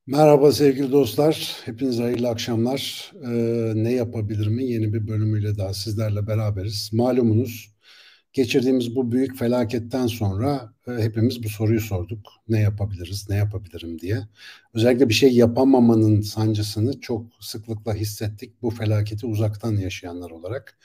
Merhaba sevgili dostlar, hepinize hayırlı akşamlar. Ne yapabilirim'in yeni bir bölümüyle daha sizlerle beraberiz. Malumunuz geçirdiğimiz bu büyük felaketten sonra hepimiz bu soruyu sorduk. Ne yapabiliriz, ne yapabilirim diye. Özellikle bir şey yapamamanın sancısını çok sıklıkla hissettik bu felaketi uzaktan yaşayanlar olarak.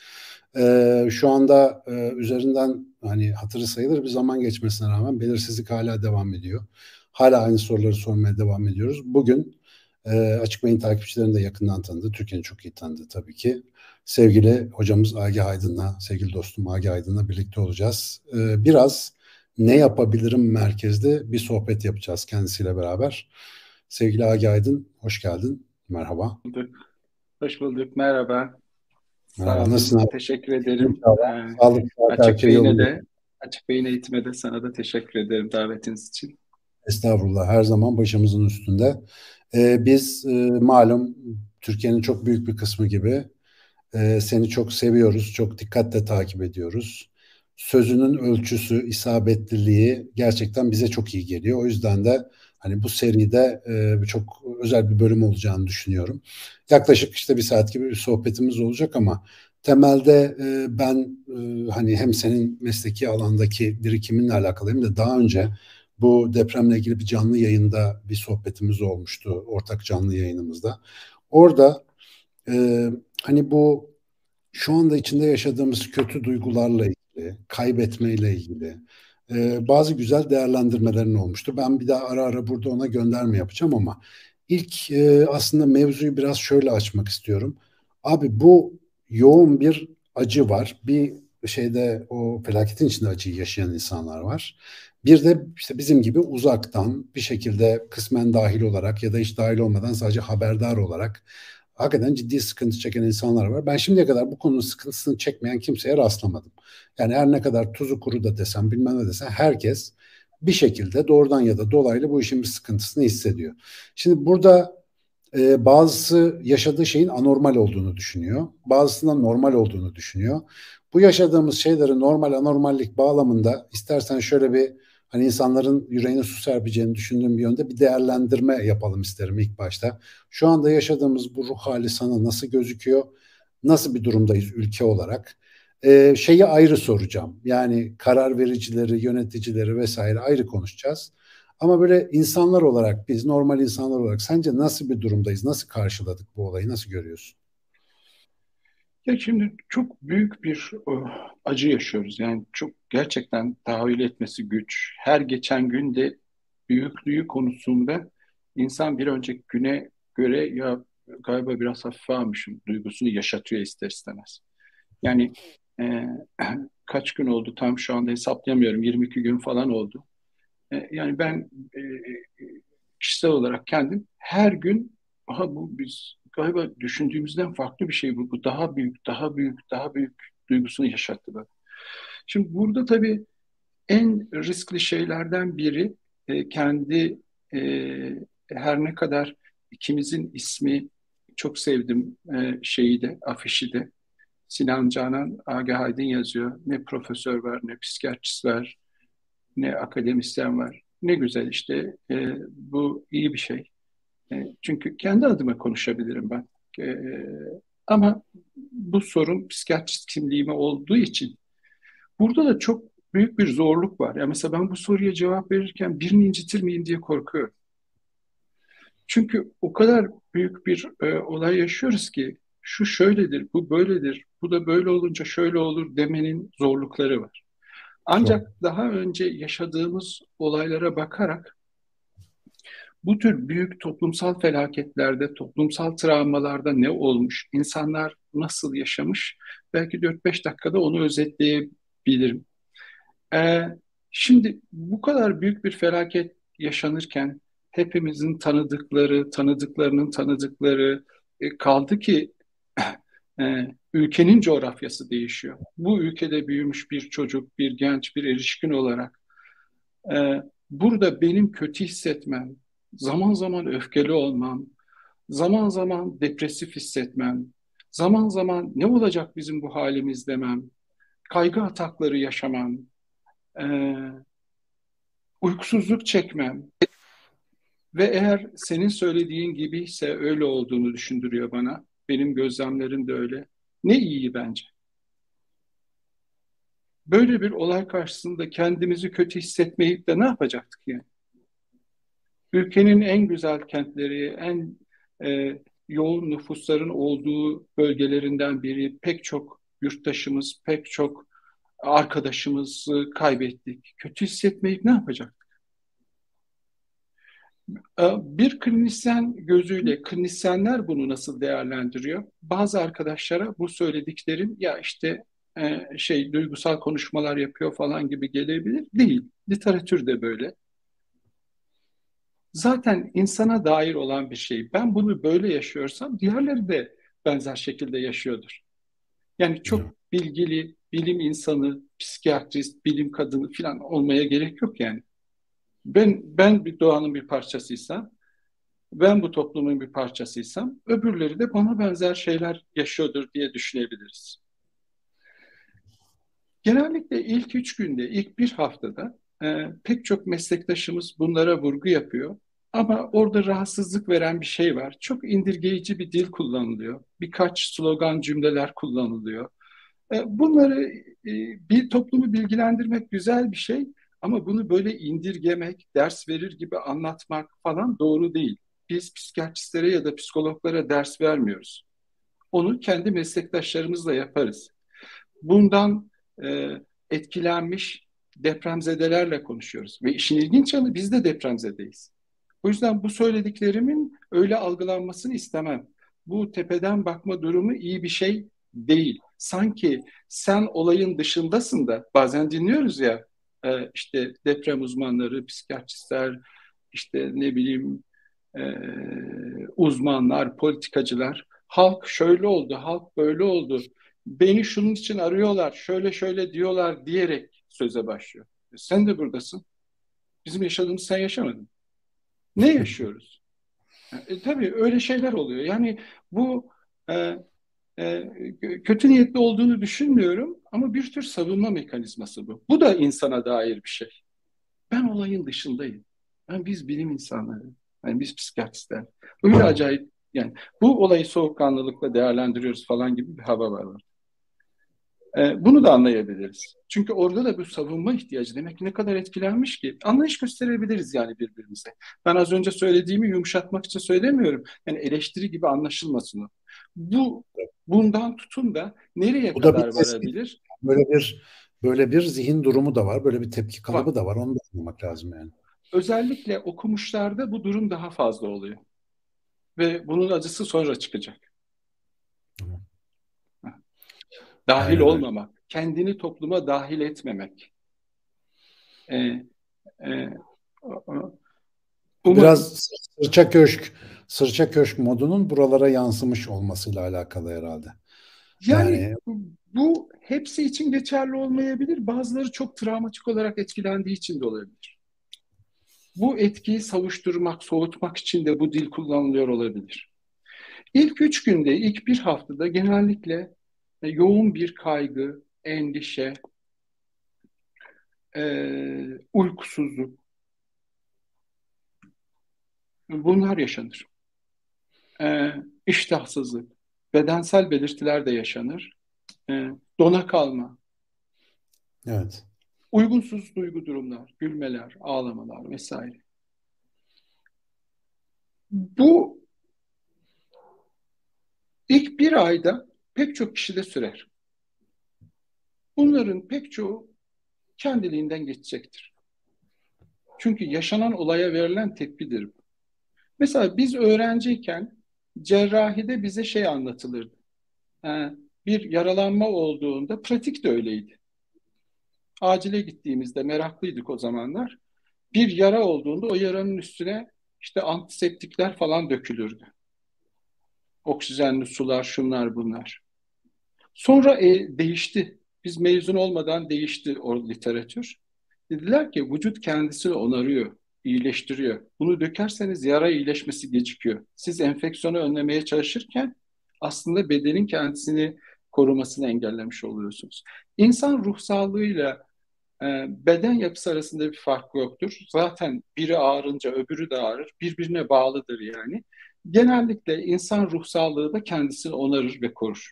Şu anda üzerinden hani hatırı sayılır bir zaman geçmesine rağmen belirsizlik hala devam ediyor. Hala aynı soruları sormaya devam ediyoruz. Bugün Açık Bey'in takipçilerini de yakından tanıdı. Türkiye'nin çok iyi tanıdı tabii ki. Sevgili hocamız Agah Aydın'la, sevgili dostum Agah Aydın'la birlikte olacağız. Biraz ne yapabilirim merkezde bir sohbet yapacağız kendisiyle beraber. Sevgili Agah Aydın, hoş geldin. Merhaba. Bulduk. Hoş bulduk. Merhaba. Sağ Merhaba. olun. Nasılsın abi? Teşekkür ederim. İnşallah. Sağlık, sıhhat, her Açık şey Bey'ine yolunda. de Açık Bey'in eğitime de sana da teşekkür ederim davetiniz için. Estağfurullah. Her zaman başımızın üstünde. Biz malum Türkiye'nin çok büyük bir kısmı gibi seni çok seviyoruz, çok dikkatle takip ediyoruz. Sözünün ölçüsü, isabetliliği gerçekten bize çok iyi geliyor. O yüzden de hani bu seride çok özel bir bölüm olacağını düşünüyorum. Yaklaşık işte bir saat gibi bir sohbetimiz olacak ama temelde ben hani hem senin mesleki alandaki birikiminle alakalı hem de daha önce bu depremle ilgili bir canlı yayında bir sohbetimiz olmuştu, ortak canlı yayınımızda. Orada e, hani bu şu anda içinde yaşadığımız kötü duygularla ilgili, kaybetmeyle ilgili bazı güzel değerlendirmelerin olmuştu. Ben bir daha ara ara burada ona gönderme yapacağım ama ilk aslında mevzuyu biraz şöyle açmak istiyorum. Abi bu yoğun bir acı var. Bir şeyde o felaketin içinde acıyı yaşayan insanlar var. Bir de işte bizim gibi uzaktan bir şekilde kısmen dahil olarak ya da hiç dahil olmadan sadece haberdar olarak hakikaten ciddi sıkıntı çeken insanlar var. Ben şimdiye kadar bu konunun sıkıntısını çekmeyen kimseye rastlamadım. Yani her ne kadar tuzu kuru da desem bilmem ne desem herkes bir şekilde doğrudan ya da dolaylı bu işin bir sıkıntısını hissediyor. Şimdi burada bazısı yaşadığı şeyin anormal olduğunu düşünüyor. Bazısından normal olduğunu düşünüyor. Bu yaşadığımız şeyleri normal anormallik bağlamında istersen şöyle bir hani insanların yüreğine su serpeceğini düşündüğüm bir yönde bir değerlendirme yapalım isterim ilk başta. Şu anda yaşadığımız bu ruh hali sana nasıl gözüküyor? Nasıl bir durumdayız ülke olarak? Şeyi ayrı soracağım. Yani karar vericileri, yöneticileri vesaire ayrı konuşacağız. Ama böyle insanlar olarak biz normal insanlar olarak sence nasıl bir durumdayız? Nasıl karşıladık bu olayı? Nasıl görüyorsun? Ya şimdi çok büyük bir acı yaşıyoruz. Yani çok gerçekten tahayyül etmesi güç. Her geçen günde büyüklüğü konusunda insan bir önceki güne göre ya galiba biraz hafife almışım duygusunu yaşatıyor ister istemez. Yani e, kaç gün oldu tam şu anda hesaplayamıyorum. 22 gün falan oldu. Yani ben kişisel olarak kendim her gün aha bu biz galiba düşündüğümüzden farklı bir şey bu. Bu daha büyük, daha büyük, daha büyük duygusunu yaşattı bana. Şimdi burada tabii en riskli şeylerden biri kendi her ne kadar ikimizin ismi çok sevdim şeyi de afişi de Sinan Canan Agah Aydın yazıyor. Ne profesör var ne psikiyatrist var ne akademisyen var. Ne güzel işte bu iyi bir şey. Çünkü kendi adıma konuşabilirim ben. E, Ama bu sorun psikiyatrist kimliğime olduğu için burada da çok büyük bir zorluk var. Yani mesela ben bu soruya cevap verirken birini incitir miyim diye korkuyorum. Çünkü o kadar büyük bir olay yaşıyoruz ki şu şöyledir, bu böyledir, bu da böyle olunca şöyle olur demenin zorlukları var. Çok. Ancak daha önce yaşadığımız olaylara bakarak bu tür büyük toplumsal felaketlerde, toplumsal travmalarda ne olmuş, insanlar nasıl yaşamış, belki 4-5 dakikada onu özetleyebilirim. Ee, Şimdi bu kadar büyük bir felaket yaşanırken hepimizin tanıdıkları, tanıdıklarının tanıdıkları kaldı ki ülkenin coğrafyası değişiyor. Bu ülkede büyümüş bir çocuk, bir genç, bir erişkin olarak burada benim kötü hissetmem, zaman zaman öfkeli olmam, zaman zaman depresif hissetmem, zaman zaman ne olacak bizim bu halimiz demem, kaygı atakları yaşamam, e, uykusuzluk çekmem. Ve eğer senin söylediğin gibi ise öyle olduğunu düşündürüyor bana. Benim gözlemlerim de öyle. Ne iyi bence. Böyle bir olay karşısında kendimizi kötü hissetmeyip de ne yapacaktık yani? Ülkenin en güzel kentleri, en e, yoğun nüfusların olduğu bölgelerinden biri, pek çok yurttaşımız, pek çok arkadaşımızı kaybettik. Kötü hissetmeyip ne yapacaktık? Bir klinisyen gözüyle, klinisyenler bunu nasıl değerlendiriyor? Bazı arkadaşlara bu söylediklerim ya işte duygusal konuşmalar yapıyor falan gibi gelebilir. Değil. Literatür de böyle. Zaten insana dair olan bir şey. Ben bunu böyle yaşıyorsam diğerleri de benzer şekilde yaşıyordur. Yani çok bilgili, bilim insanı, psikiyatrist, bilim kadını falan olmaya gerek yok yani. Ben bir doğanın bir parçasıysam, ben bu toplumun bir parçasıysam, öbürleri de bana benzer şeyler yaşıyordur diye düşünebiliriz. Genellikle ilk 3 günde, ilk bir haftada pek çok meslektaşımız bunlara vurgu yapıyor. Ama orada rahatsızlık veren bir şey var. Çok indirgeyici bir dil kullanılıyor. Birkaç slogan cümleler kullanılıyor. Bunları bir toplumu bilgilendirmek güzel bir şey ama bunu böyle indirgemek, ders verir gibi anlatmak falan doğru değil. Biz psikiyatristlere ya da psikologlara ders vermiyoruz. Onu kendi meslektaşlarımızla yaparız. Bundan e, etkilenmiş depremzedelerle konuşuyoruz. Ve işin ilginç yanı biz de depremzedeyiz. O yüzden bu söylediklerimin öyle algılanmasını istemem. Bu tepeden bakma durumu iyi bir şey değil. Sanki sen olayın dışındasın da bazen dinliyoruz ya işte deprem uzmanları, psikiyatristler, işte ne bileyim e, uzmanlar, politikacılar. Halk şöyle oldu, halk böyle oldu. Beni şunun için arıyorlar, şöyle şöyle diyorlar diyerek söze başlıyor. Sen de buradasın. Bizim yaşadığımız sen yaşamadın. Ne yaşıyoruz? Tabii öyle şeyler oluyor. Yani bu e, kötü niyetli olduğunu düşünmüyorum ama bir tür savunma mekanizması bu. Bu da insana dair bir şey. Ben olayın dışındayım. Biz bilim insanları, yani biz psikiyatristler. Öyle acayip yani bu olayı soğukkanlılıkla değerlendiriyoruz falan gibi bir hava var. Bunu da anlayabiliriz. Çünkü orada da bir savunma ihtiyacı demek ki ne kadar etkilenmiş ki. Anlayış gösterebiliriz yani birbirimize. Ben az önce söylediğimi yumuşatmak için söylemiyorum. Yani eleştiri gibi anlaşılmasın o. Bu bundan tutun da nereye Bu da bir kadar tespit. varabilir? Böyle bir zihin durumu da var. Böyle bir tepki Var. kalıbı da var. Onu da anlamak lazım yani. Özellikle okumuşlarda bu durum daha fazla oluyor. Ve bunun acısı sonra çıkacak. Tamam. Dahil Aynen öyle. olmamak, kendini topluma dahil etmemek. Ee, e, Bu umarım. biraz sırça köşk modunun buralara yansımış olmasıyla alakalı herhalde. Yani Yani bu hepsi için geçerli olmayabilir. Bazıları çok travmatik olarak etkilendiği için de olabilir. Bu etkiyi savuşturmak, soğutmak için de bu dil kullanılıyor olabilir. İlk 3 günde, ilk bir haftada genellikle yoğun bir kaygı, endişe, uykusuzluk bunlar yaşanır. İştahsızlık, bedensel belirtiler de yaşanır. Dona kalma, evet. uygunsuz duygu durumlar, gülmeler, ağlamalar vesaire. Bu ilk bir ayda pek çok kişide sürer. Bunların pek çoğu kendiliğinden geçecektir. Çünkü yaşanan olaya verilen tepkidir bu. Mesela biz öğrenciyken cerrahide bize şey anlatılırdı. Bir yaralanma olduğunda pratik de öyleydi. Acile gittiğimizde meraklıydık o zamanlar. Bir yara olduğunda o yaranın üstüne işte antiseptikler falan dökülürdü. Oksijenli sular, şunlar bunlar. Sonra değişti. Biz mezun olmadan değişti o literatür. Dediler ki vücut kendisini onarıyor, iyileştiriyor. Bunu dökerseniz yara iyileşmesi gecikiyor. Siz enfeksiyonu önlemeye çalışırken aslında bedenin kendisini korumasını engellemiş oluyorsunuz. İnsan ruh sağlığıyla Beden yapısı arasında bir fark yoktur. Zaten biri ağrınca öbürü de ağrır. Birbirine bağlıdır yani. Genellikle insan ruh sağlığı da kendisini onarır ve korur.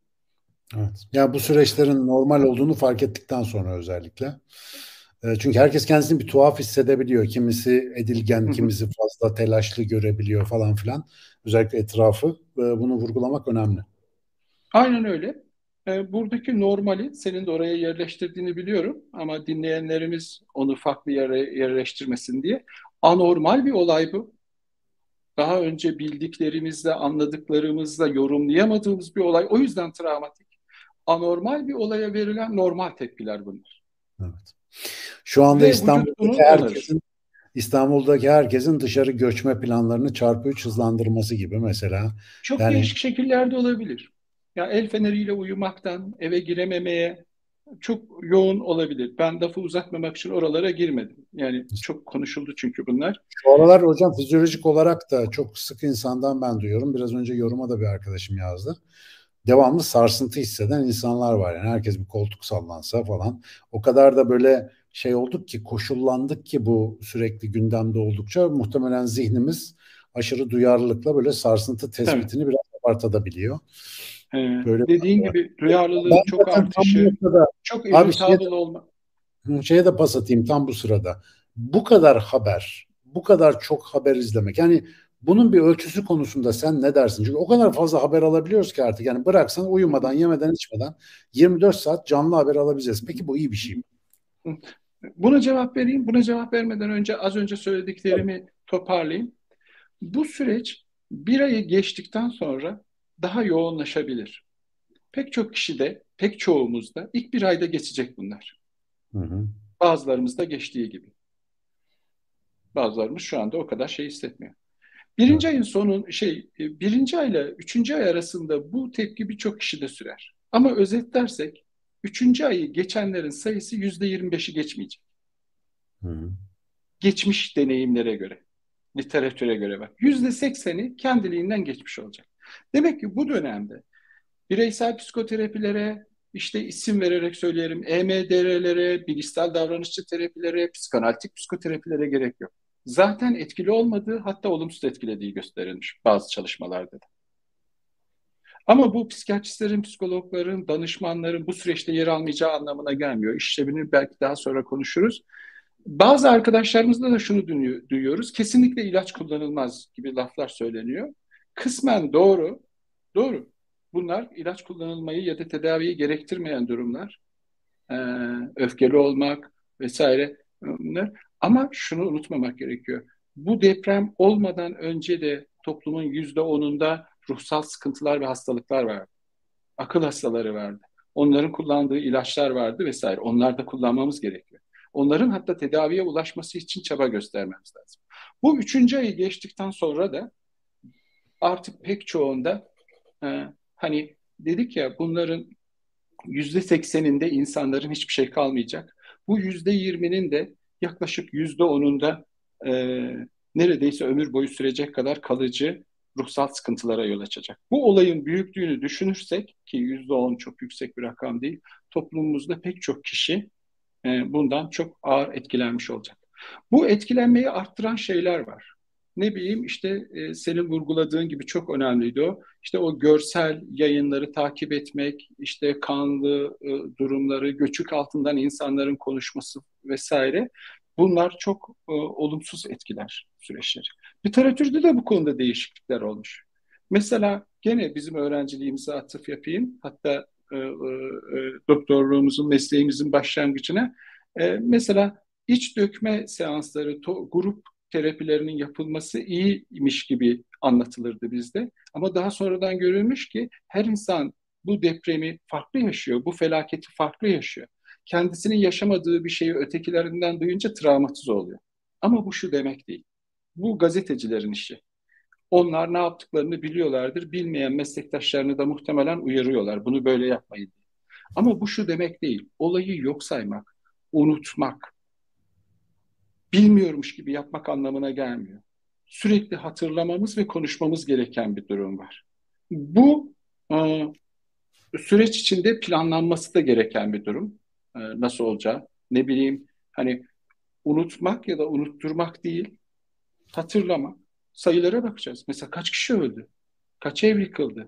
Evet. Ya bu süreçlerin normal olduğunu fark ettikten sonra özellikle. Çünkü herkes kendisini bir tuhaf hissedebiliyor. Kimisi edilgen, Hı hı. kimisi fazla telaşlı görebiliyor falan filan. Özellikle etrafı. Bunu vurgulamak önemli. Aynen öyle. Buradaki normali senin de oraya yerleştirdiğini biliyorum ama dinleyenlerimiz onu farklı yere yerleştirmesin diye. Anormal bir olay bu. Daha önce bildiklerimizle, anladıklarımızla yorumlayamadığımız bir olay. O yüzden travmatik. Anormal bir olaya verilen normal tepkiler bunlar. Evet. Şu anda Ve vücut bunu İstanbul'daki onarır. herkesin dışarı göçme planlarını çarpı 3 hızlandırması gibi mesela. Çok Yani değişik şekillerde olabilir. Ya el feneriyle uyumaktan eve girememeye çok yoğun olabilir. Ben lafı uzatmamak için oralara girmedim. Yani çok konuşuldu çünkü bunlar. şu aralar hocam fizyolojik olarak da çok sık insandan ben duyuyorum. Biraz önce yoruma da bir arkadaşım yazdı. Devamlı sarsıntı hisseden insanlar var. Yani herkes bir koltuk sallansa falan. O kadar da böyle şey olduk ki, koşullandık ki bu sürekli gündemde oldukça muhtemelen zihnimiz aşırı duyarlılıkla böyle sarsıntı Tabii. tespitini biraz abartabiliyor. Böyle Dediğin gibi duyarlılığın ben çok zaten tam bu artışı, noktada çok abi irritable olma. şeye de pas atayım tam bu sırada. Bu kadar haber, bu kadar çok haber izlemek. Yani bunun bir ölçüsü konusunda sen ne dersin? Çünkü o kadar fazla haber alabiliyoruz ki artık. Yani bıraksan uyumadan, yemeden, içmeden 24 saat canlı haber alabileceğiz. Peki bu iyi bir şey mi? Buna cevap vereyim. Buna cevap vermeden önce az önce söylediklerimi toparlayayım. Bu süreç bir ayı geçtikten sonra daha yoğunlaşabilir. Pek çok kişide, pek çoğumuzda ilk bir ayda geçecek bunlar. Hı hı. Bazılarımızda geçtiği gibi. Bazılarımız şu anda o kadar şey hissetmiyor. Birinci Evet. ayın birinci ayla üçüncü ay arasında bu tepki birçok kişide sürer. Ama özetlersek, üçüncü ayı geçenlerin sayısı %25'i geçmeyecek. Hı hı. Geçmiş deneyimlere göre, literatüre göre bak. %80'i kendiliğinden geçmiş olacak. Demek ki bu dönemde bireysel psikoterapilere, işte isim vererek söyleyelim, EMDR'lere, bilişsel davranışçı terapilere, psikanalitik psikoterapilere gerek yok. Zaten etkili olmadığı, hatta olumsuz etkilediği gösterilmiş bazı çalışmalarda da. Ama bu psikiyatristlerin, psikologların, danışmanların bu süreçte yer almayacağı anlamına gelmiyor. İşlevini belki daha sonra konuşuruz. Bazı arkadaşlarımızda da şunu duyuyoruz. Kesinlikle ilaç kullanılmaz gibi laflar söyleniyor. Kısmen doğru. Doğru. Bunlar ilaç kullanılmayı ya da tedaviyi gerektirmeyen durumlar. Ee, öfkeli olmak vesaire bunlar. Ama şunu unutmamak gerekiyor. Bu deprem olmadan önce de toplumun %10'unda ruhsal sıkıntılar ve hastalıklar vardı. Akıl hastaları vardı. Onların kullandığı ilaçlar vardı vesaire. Onları da kullanmamız gerekiyor. Onların hatta tedaviye ulaşması için çaba göstermemiz lazım. Bu üçüncü ayı geçtikten sonra da artık pek çoğunda hani dedik ya bunların %80'inde insanların hiçbir şey kalmayacak. Bu %20'nin de yaklaşık %10'unda e, neredeyse ömür boyu sürecek kadar kalıcı ruhsal sıkıntılara yol açacak. Bu olayın büyüklüğünü düşünürsek ki %10 çok yüksek bir rakam değil, toplumumuzda pek çok kişi bundan çok ağır etkilenmiş olacak. Bu etkilenmeyi arttıran şeyler var. Ne bileyim işte senin vurguladığın gibi çok önemliydi o. İşte o görsel yayınları takip etmek, işte kanlı durumları, göçük altından insanların konuşması vesaire. Bunlar çok olumsuz etkiler süreçleri. Literatürde de bu konuda değişiklikler olmuş. Mesela gene bizim öğrenciliğimize atıf yapayım. Hatta doktorluğumuzun, mesleğimizin başlangıcına. Mesela iç dökme seansları, grup terapilerinin yapılması iyiymiş gibi anlatılırdı bizde. Ama daha sonradan görülmüş ki her insan bu depremi farklı yaşıyor, bu felaketi farklı yaşıyor. Kendisinin yaşamadığı bir şeyi ötekilerinden duyunca travmatize oluyor. Ama bu şu demek değil. Bu gazetecilerin işi. Onlar ne yaptıklarını biliyorlardır. Bilmeyen meslektaşlarını da muhtemelen uyarıyorlar. Bunu böyle yapmayın. Ama bu şu demek değil. Olayı yok saymak, unutmak, bilmiyormuş gibi yapmak anlamına gelmiyor. Sürekli hatırlamamız ve konuşmamız gereken bir durum var. Bu süreç içinde planlanması da gereken bir durum. Nasıl olacağı. Ne bileyim, hani unutmak ya da unutturmak değil, hatırlamak. Sayılara bakacağız. Mesela kaç kişi öldü? Kaç ev yıkıldı?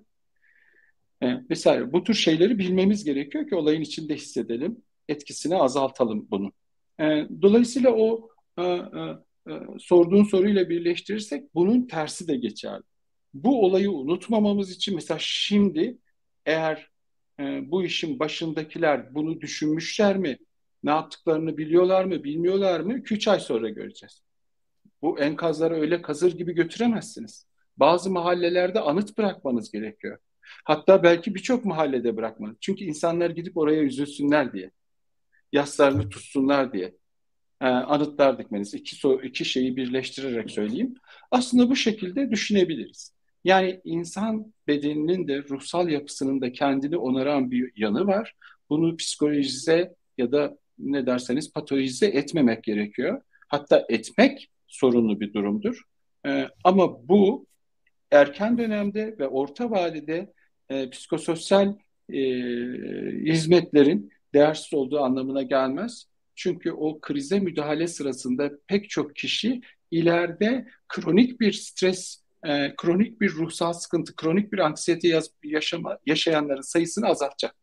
Mesela bu tür şeyleri bilmemiz gerekiyor ki olayın içinde hissedelim, etkisini azaltalım bunu. Dolayısıyla o sorduğun soruyla birleştirirsek bunun tersi de geçerli. Bu olayı unutmamamız için mesela şimdi, eğer bu işin başındakiler bunu düşünmüşler mi, ne yaptıklarını biliyorlar mı, bilmiyorlar mı? 2-3 ay sonra göreceğiz. Bu enkazları öyle kazır gibi götüremezsiniz. Bazı mahallelerde anıt bırakmanız gerekiyor. Hatta belki birçok mahallede bırakmanız. Çünkü insanlar gidip oraya üzülsünler diye, yaslarını tutsunlar diye anıtlar dikmeniz. İki şeyi birleştirerek söyleyeyim. Aslında bu şekilde düşünebiliriz. Yani insan bedeninin de ruhsal yapısının da kendini onaran bir yanı var. Bunu psikolojize ya da ne derseniz patolojize etmemek gerekiyor. Hatta etmek sorunlu bir durumdur. Ama bu erken dönemde ve orta vadede psikososyal e, hizmetlerin değersiz olduğu anlamına gelmez. Çünkü o krize müdahale sırasında pek çok kişi ileride kronik bir stres, kronik bir ruhsal sıkıntı, kronik bir anksiyete yaşayanların sayısını azaltacak.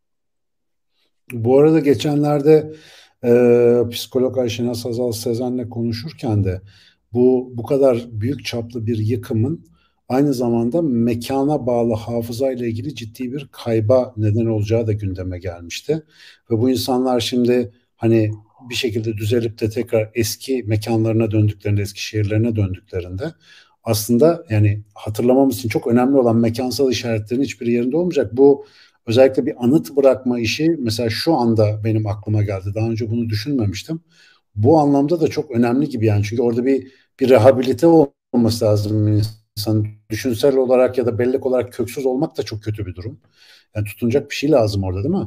Bu arada geçenlerde psikolog Ayşenaz Hazal Sezen'le konuşurken de bu kadar büyük çaplı bir yıkımın aynı zamanda mekana bağlı hafıza ile ilgili ciddi bir kayba neden olacağı da gündeme gelmişti. Ve bu insanlar şimdi hani bir şekilde düzelip de tekrar eski mekanlarına döndüklerinde, eski şehirlerine döndüklerinde aslında yani hatırlamamız için çok önemli olan mekansal işaretlerin hiçbir yerinde olmayacak. Bu özellikle bir anıt bırakma işi mesela şu anda benim aklıma geldi. Daha önce bunu düşünmemiştim. Bu anlamda da çok önemli gibi yani. Çünkü orada bir rehabilite olması lazım insan. Düşünsel olarak ya da bellek olarak köksüz olmak da çok kötü bir durum. Yani tutunacak bir şey lazım orada değil mi?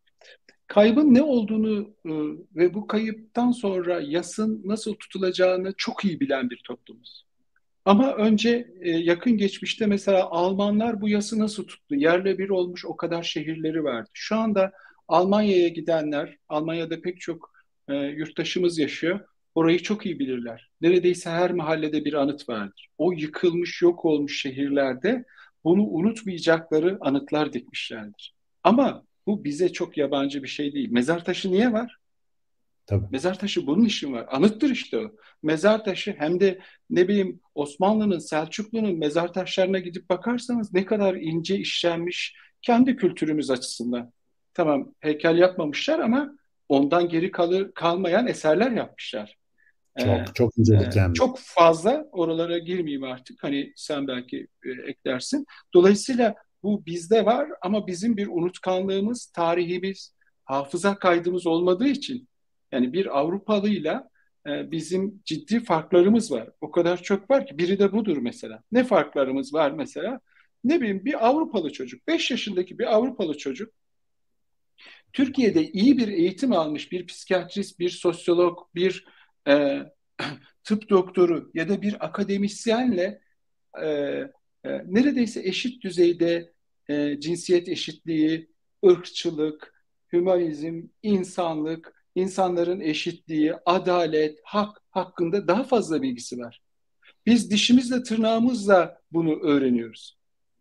Kaybın ne olduğunu ve bu kayıptan sonra yasın nasıl tutulacağını çok iyi bilen bir toplumuz. Ama önce yakın geçmişte mesela Almanlar bu yası nasıl tuttu? Yerle bir olmuş o kadar şehirleri vardı. Şu anda Almanya'ya gidenler, Almanya'da pek çok yurttaşımız yaşıyor. Orayı çok iyi bilirler. Neredeyse her mahallede bir anıt vardır. O yıkılmış, yok olmuş şehirlerde bunu unutmayacakları anıtlar dikmişlerdir. Ama bu bize çok yabancı bir şey değil. Mezar taşı niye var? Tabii. Mezar taşı bunun için var. Anıttır işte o. Mezar taşı, hem de ne bileyim Osmanlı'nın, Selçuklu'nun mezar taşlarına gidip bakarsanız ne kadar ince işlenmiş kendi kültürümüz açısından. Tamam, heykel yapmamışlar ama ondan geri kalmayan eserler yapmışlar. Ee, Çok çok incelikli hem de. Çok fazla oralara girmeyeyim artık. Hani sen belki eklersin. Dolayısıyla bu bizde var ama bizim bir unutkanlığımız, tarihimiz, hafıza kaydımız olmadığı için, yani bir Avrupalıyla bizim ciddi farklarımız var. O kadar çok var ki, biri de budur mesela. Ne farklarımız var mesela? Ne bileyim, bir Avrupalı çocuk, 5 yaşındaki bir Avrupalı çocuk Türkiye'de iyi bir eğitim almış bir psikiyatrist, bir sosyolog, bir e, tıp doktoru ya da bir akademisyenle e, neredeyse eşit düzeyde cinsiyet eşitliği, ırkçılık, hümanizm, insanlık, insanların eşitliği, adalet, hak hakkında daha fazla bilgisi var. Biz dişimizle tırnağımızla bunu öğreniyoruz.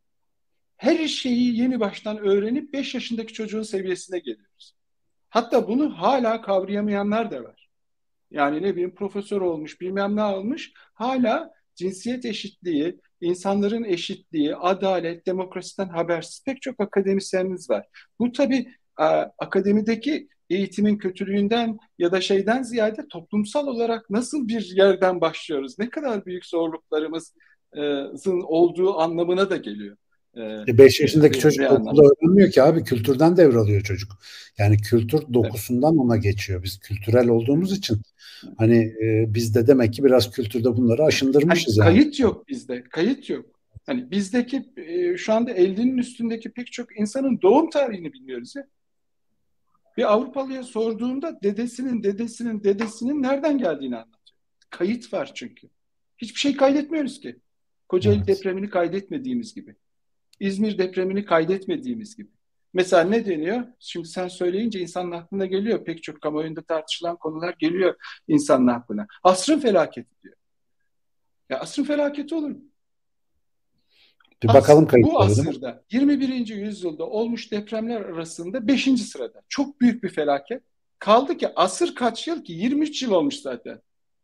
Her şeyi yeni baştan öğrenip 5 yaşındaki çocuğun seviyesine geliyoruz. Hatta bunu hala kavrayamayanlar da var. Yani ne bileyim, profesör olmuş, bilmem ne olmuş, hala cinsiyet eşitliği, insanların eşitliği, adalet, demokrasiden habersiz pek çok akademisyenimiz var. Bu tabii akademideki eğitimin kötülüğünden ya da şeyden ziyade toplumsal olarak nasıl bir yerden başlıyoruz, ne kadar büyük zorluklarımızın olduğu anlamına da geliyor. 5 yaşındaki çocuk Bir okulda anlamda. öğrenmiyor ki abi. Kültürden devralıyor çocuk. Yani kültür Evet. dokusundan ona geçiyor. Biz kültürel olduğumuz için hani biz de demek ki biraz kültürde bunları Hani aşındırmışız yani. kayıt yok bizde, kayıt yok. Hani bizdeki şu anda 50'nin üstündeki pek çok insanın doğum tarihini bilmiyoruz ya. Bir Avrupalıya sorduğunda dedesinin dedesinin dedesinin nereden geldiğini anlatıyor. Kayıt var çünkü. Hiçbir şey kaydetmiyoruz ki. Kocaeli Evet. depremini kaydetmediğimiz gibi. İzmir depremini kaydetmediğimiz gibi. Mesela ne deniyor? Şimdi sen söyleyince insanın aklına geliyor. Pek çok kamuoyunda tartışılan konular geliyor insanın aklına. Asrın felaketi diyor. Ya asrın felaketi olur mu? Bir bakalım Bu kayıtlara değil mi? asırda 21. yüzyılda olmuş depremler arasında beşinci sırada. Çok büyük bir felaket. Kaldı ki asır kaç yıl ki? 23 yıl olmuş zaten.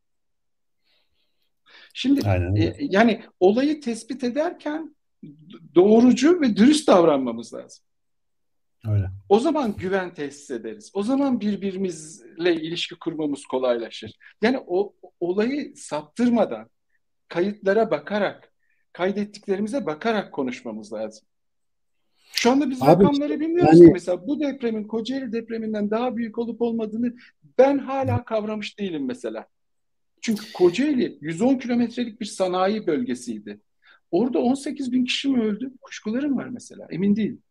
Şimdi Aynen öyle. yani olayı tespit ederken doğrucu ve dürüst davranmamız lazım. Öyle. O zaman güven tesis ederiz. O zaman birbirimizle ilişki kurmamız kolaylaşır. Yani o olayı saptırmadan, kayıtlara bakarak, kaydettiklerimize bakarak konuşmamız lazım. Şu anda biz Abi işte rakamları bilmiyoruz ki yani mesela bu depremin Kocaeli depreminden daha büyük olup olmadığını ben hala kavramış değilim mesela. Çünkü Kocaeli 110 kilometrelik bir sanayi bölgesiydi. Orada 18 bin kişi mi öldü? Kuşkularım var mesela. Emin değilim.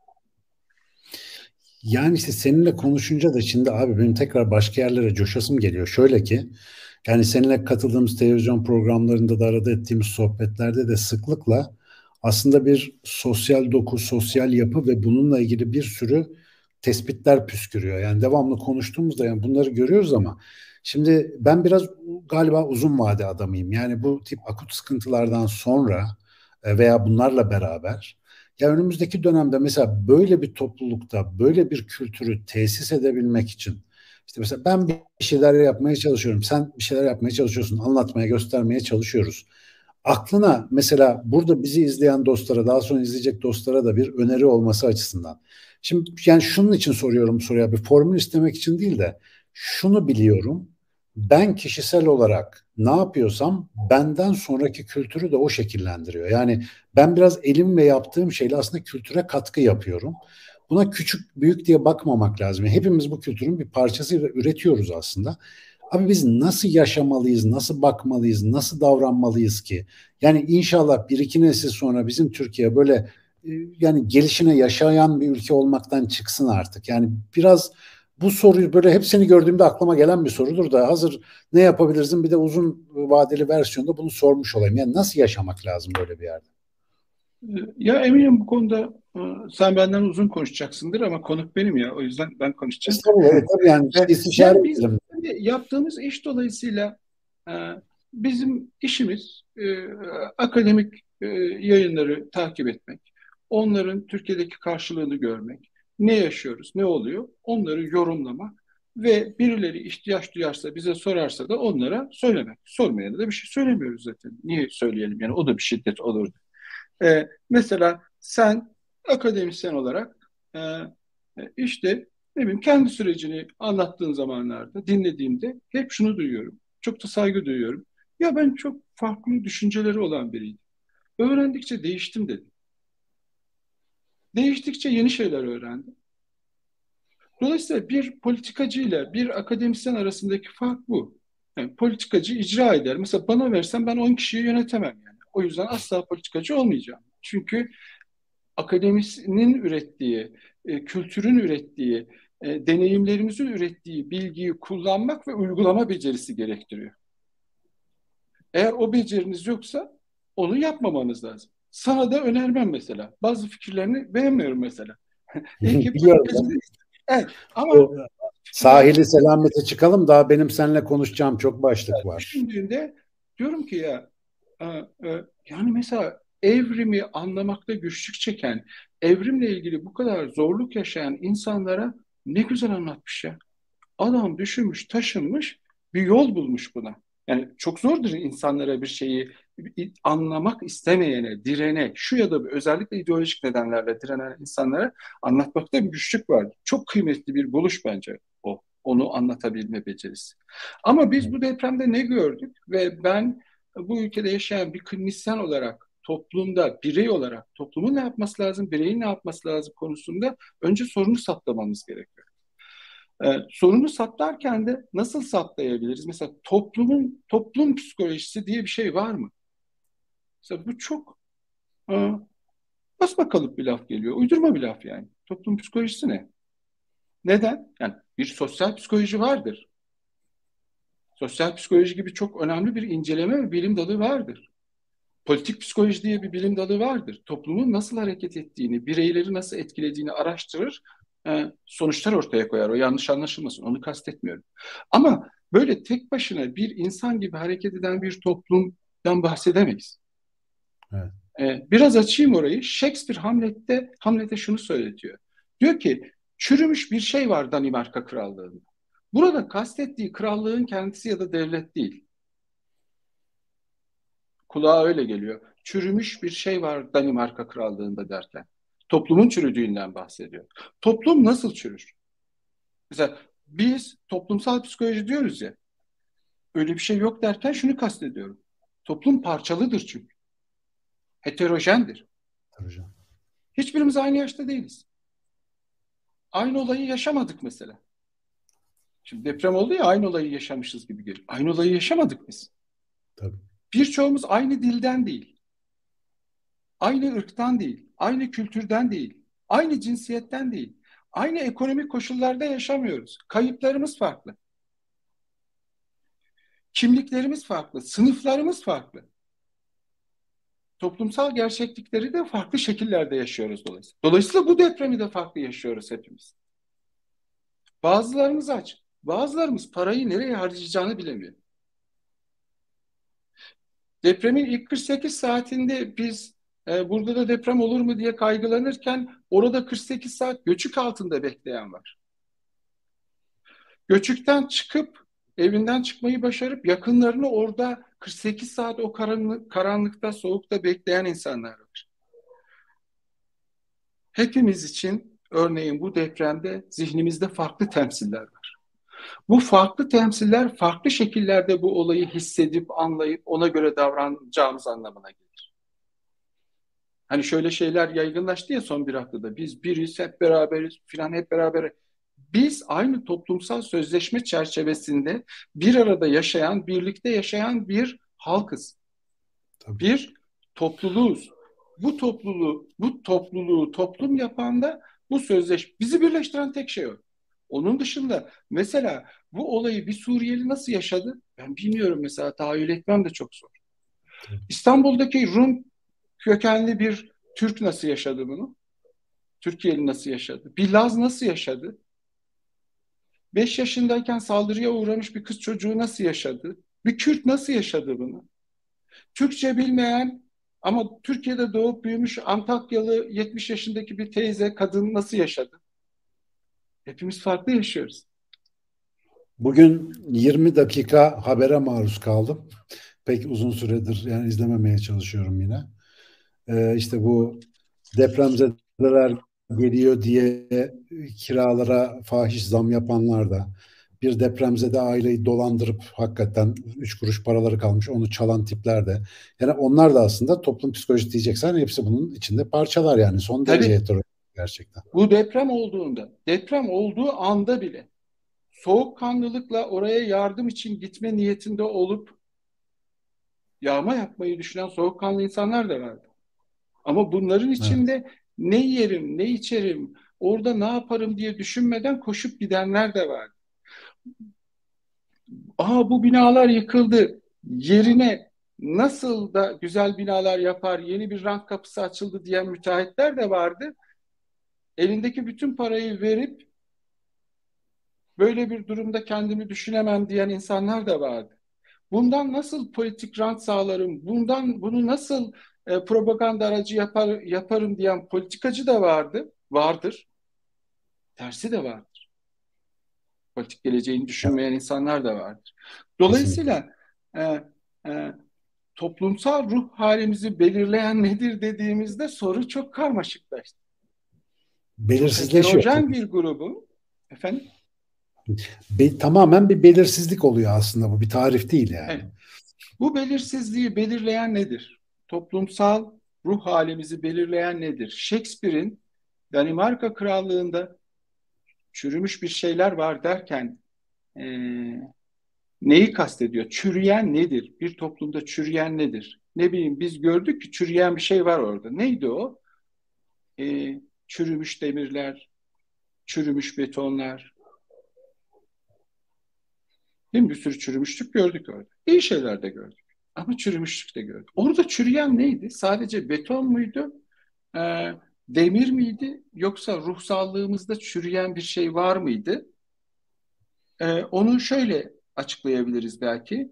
Yani işte seninle konuşunca da şimdi abi benim tekrar başka yerlere coşasım geliyor. Şöyle ki yani seninle katıldığımız televizyon programlarında da arada ettiğimiz sohbetlerde de sıklıkla aslında bir sosyal doku, sosyal yapı ve bununla ilgili bir sürü tespitler püskürüyor. Yani devamlı konuştuğumuzda yani bunları görüyoruz ama şimdi ben biraz galiba uzun vade adamıyım. Yani bu tip akut sıkıntılardan sonra veya bunlarla beraber ya önümüzdeki dönemde mesela böyle bir toplulukta böyle bir kültürü tesis edebilmek için işte mesela ben bir şeyler yapmaya çalışıyorum. Sen bir şeyler yapmaya çalışıyorsun. Anlatmaya, göstermeye çalışıyoruz. Aklına mesela burada bizi izleyen dostlara, daha sonra izleyecek dostlara da bir öneri olması açısından. Şimdi yani şunun için soruyorum soruya bir formül istemek için değil de şunu biliyorum. Ben kişisel olarak ne yapıyorsam benden sonraki kültürü de o şekillendiriyor. Yani ben biraz elimle yaptığım şeyle aslında kültüre katkı yapıyorum. Buna küçük büyük diye bakmamak lazım. Hepimiz bu kültürün bir parçası ve üretiyoruz aslında. Abi biz nasıl yaşamalıyız, nasıl bakmalıyız, nasıl davranmalıyız ki? Yani inşallah bir iki nesil sonra bizim Türkiye böyle yani gelişine yaşayan bir ülke olmaktan çıksın artık. Yani biraz bu soruyu böyle hepsini gördüğümde aklıma gelen bir sorudur da hazır ne yapabilirizin bir de uzun vadeli versiyonda bunu sormuş olayım. Yani nasıl yaşamak lazım böyle bir yerde? Ya eminim bu konuda sen benden uzun konuşacaksındır ama konuk benim ya. O yüzden ben konuşacağım. Estağfurullah. Tabii yani işte istişare Yani biz edelim. yaptığımız iş dolayısıyla e, bizim işimiz akademik yayınları takip etmek, onların Türkiye'deki karşılığını görmek, ne yaşıyoruz, ne oluyor, onları yorumlamak ve birileri ihtiyaç duyarsa, bize sorarsa da onlara söylemek. Sormayana da bir şey söylemiyoruz zaten. Niye söyleyelim? Yani o da bir şiddet olur. Mesela sen akademisyen olarak işte ne bileyim kendi sürecini anlattığın zamanlarda dinlediğimde hep şunu duyuyorum. Çok da saygı duyuyorum. Ya ben çok farklı düşünceleri olan biriydim. Öğrendikçe değiştim dedim. Değiştikçe yeni şeyler öğrendim. Dolayısıyla bir politikacı ile bir akademisyen arasındaki fark bu. Yani politikacı icra eder. Mesela bana versen ben 10 kişiyi yönetemem yani. O yüzden asla politikacı olmayacağım. Çünkü akademisinin ürettiği, kültürün ürettiği, deneyimlerimizin ürettiği bilgiyi kullanmak ve uygulama becerisi gerektiriyor. Eğer o beceriniz yoksa onu yapmamanız lazım. Sana da önermem mesela. Bazı fikirlerini beğenmiyorum mesela. İyi ki Biliyorum politikacı ben. değilsin. Evet, ama Şu fikirlerini sahili selamete çıkalım. Daha benim seninle konuşacağım çok başlık var. düşündüğünde diyorum ki ya e, yani mesela evrimi anlamakta güçlük çeken, evrimle ilgili bu kadar zorluk yaşayan insanlara ne güzel anlatmış ya. Adam düşünmüş, taşınmış, bir yol bulmuş buna. Yani çok zordur insanlara bir şeyi anlamak istemeyene, direne, şu ya da özellikle ideolojik nedenlerle direnen insanlara anlatmakta bir güçlük var. Çok kıymetli bir buluş bence o. Onu anlatabilme becerisi. Ama biz bu depremde ne gördük ve ben bu ülkede yaşayan bir klinisyen olarak toplumda, birey olarak toplumun ne yapması lazım, bireyin ne yapması lazım konusunda önce sorunu saptamamız gerekiyor. Sorunu saptarken de nasıl saptayabiliriz? Mesela toplum psikolojisi diye bir şey var mı? Mesela bu çok e, basmakalıp bir laf geliyor. Uydurma bir laf yani. Toplum psikolojisi ne? Neden? Yani bir sosyal psikoloji vardır. Sosyal psikoloji gibi çok önemli bir inceleme ve bilim dalı vardır. Politik psikoloji diye bir bilim dalı vardır. Toplumun nasıl hareket ettiğini, bireyleri nasıl etkilediğini araştırır, sonuçlar ortaya koyar. O yanlış anlaşılmasın, onu kastetmiyorum. Ama böyle tek başına bir insan gibi hareket eden bir toplumdan bahsedemeyiz. Evet. Biraz açayım orayı. Shakespeare Hamlet'e şunu söyletiyor. Diyor ki, çürümüş bir şey var Danimarka Krallığı'nda. Burada kastettiği krallığın kendisi ya da devlet değil. Kulağa öyle geliyor. Çürümüş bir şey var Danimarka Krallığı'nda derken. Toplumun çürüdüğünden bahsediyor. Toplum nasıl çürür? Mesela biz toplumsal psikoloji diyoruz ya, öyle bir şey yok derken şunu kastediyorum. Toplum parçalıdır çünkü. Heterojendir. Hocam. Hiçbirimiz aynı yaşta değiliz. Aynı olayı yaşamadık mesela. Şimdi deprem oldu ya, aynı olayı yaşamışız gibi geliyor. Aynı olayı yaşamadık biz. Tabii. Birçoğumuz aynı dilden değil, aynı ırktan değil, aynı kültürden değil, aynı cinsiyetten değil, aynı ekonomik koşullarda yaşamıyoruz. Kayıplarımız farklı, kimliklerimiz farklı, sınıflarımız farklı. Toplumsal gerçeklikleri de farklı şekillerde yaşıyoruz dolayısıyla. Dolayısıyla bu depremi de farklı yaşıyoruz hepimiz. Bazılarımız aç, bazılarımız parayı nereye harcayacağını bilemiyor. Depremin ilk 48 saatinde biz burada da deprem olur mu diye kaygılanırken orada 48 saat göçük altında bekleyen var. Göçükten çıkıp evinden çıkmayı başarıp yakınlarını orada 48 saat o karanlıkta, soğukta bekleyen insanlar var. Hepimiz için örneğin bu depremde zihnimizde farklı temsiller var. Bu farklı temsiller farklı şekillerde bu olayı hissedip, anlayıp ona göre davranacağımız anlamına gelir. Hani şöyle şeyler yaygınlaştı ya son bir haftada. Biz biriz, hep beraberiz filan, hep beraber. Biz aynı toplumsal sözleşme çerçevesinde bir arada yaşayan, birlikte yaşayan bir halkız. Tabii. Bir topluluğuz. Bu topluluğu toplum yapan da bu sözleşme. Bizi birleştiren tek şey o. Onun dışında mesela bu olayı bir Suriyeli nasıl yaşadı? Ben bilmiyorum, mesela tahayyül etmem de çok zor. Tabii. İstanbul'daki Rum kökenli bir Türk nasıl yaşadı bunu? Türkiye'li nasıl yaşadı? Bir Laz nasıl yaşadı? 5 yaşındayken saldırıya uğramış bir kız çocuğu nasıl yaşadı? Bir Kürt nasıl yaşadı bunu? Türkçe bilmeyen ama Türkiye'de doğup büyümüş Antakyalı 70 yaşındaki bir teyze, kadın nasıl yaşadı? Hepimiz farklı yaşıyoruz. Bugün 20 dakika habere maruz kaldım. Pek uzun süredir yani izlememeye çalışıyorum yine. İşte bu depremzedeler geliyor diye kiralara fahiş zam yapanlar da, bir depremzede aileyi dolandırıp hakikaten 3 kuruş paraları kalmış onu çalan tipler de, yani onlar da aslında toplum psikolojisi diyeceksen hepsi bunun içinde parçalar, yani son derece Tabii heterojen gerçekten. bu deprem olduğu anda bile soğukkanlılıkla oraya yardım için gitme niyetinde olup yağma yapmayı düşünen soğukkanlı insanlar da vardı. Ama bunların Evet. içinde ne yerim, ne içerim, orada ne yaparım diye düşünmeden koşup gidenler de vardı. Bu binalar yıkıldı. Yerine nasıl da güzel binalar yapar, yeni bir rant kapısı açıldı diyen müteahhitler de vardı. Elindeki bütün parayı verip böyle bir durumda kendimi düşünemem diyen insanlar da vardı. Bundan nasıl politik rant sağlarım, bunu nasıl propaganda aracı yaparım diyen politikacı da vardır. Tersi de var. Politik geleceğini Evet, düşünmeyen insanlar da vardır. kesinlikle. Dolayısıyla e, e, toplumsal ruh halimizi belirleyen nedir dediğimizde soru çok karmaşıklaştı. Çok Belirsizleşiyor heterojen tabii. bir grubu, efendim, Tamamen bir belirsizlik oluyor aslında, bu bir tarif değil yani. evet, bu belirsizliği belirleyen nedir? Toplumsal ruh halimizi belirleyen nedir? Shakespeare'in Danimarka Krallığı'nda çürümüş bir şeyler var derken e, neyi kastediyor? Çürüyen nedir? Bir toplumda çürüyen nedir? Ne bileyim, biz gördük ki çürüyen bir şey var orada. Neydi o? Çürümüş demirler, çürümüş betonlar. Değil mi? Bir sürü çürümüşlük gördük orada. İyi şeyler de gördük. Ama çürümüşlük de gördük. Orada çürüyen neydi? Sadece beton muydu? Ee, Demir miydi? Yoksa ruh sağlığımızda çürüyen bir şey var mıydı? Onu şöyle açıklayabiliriz belki.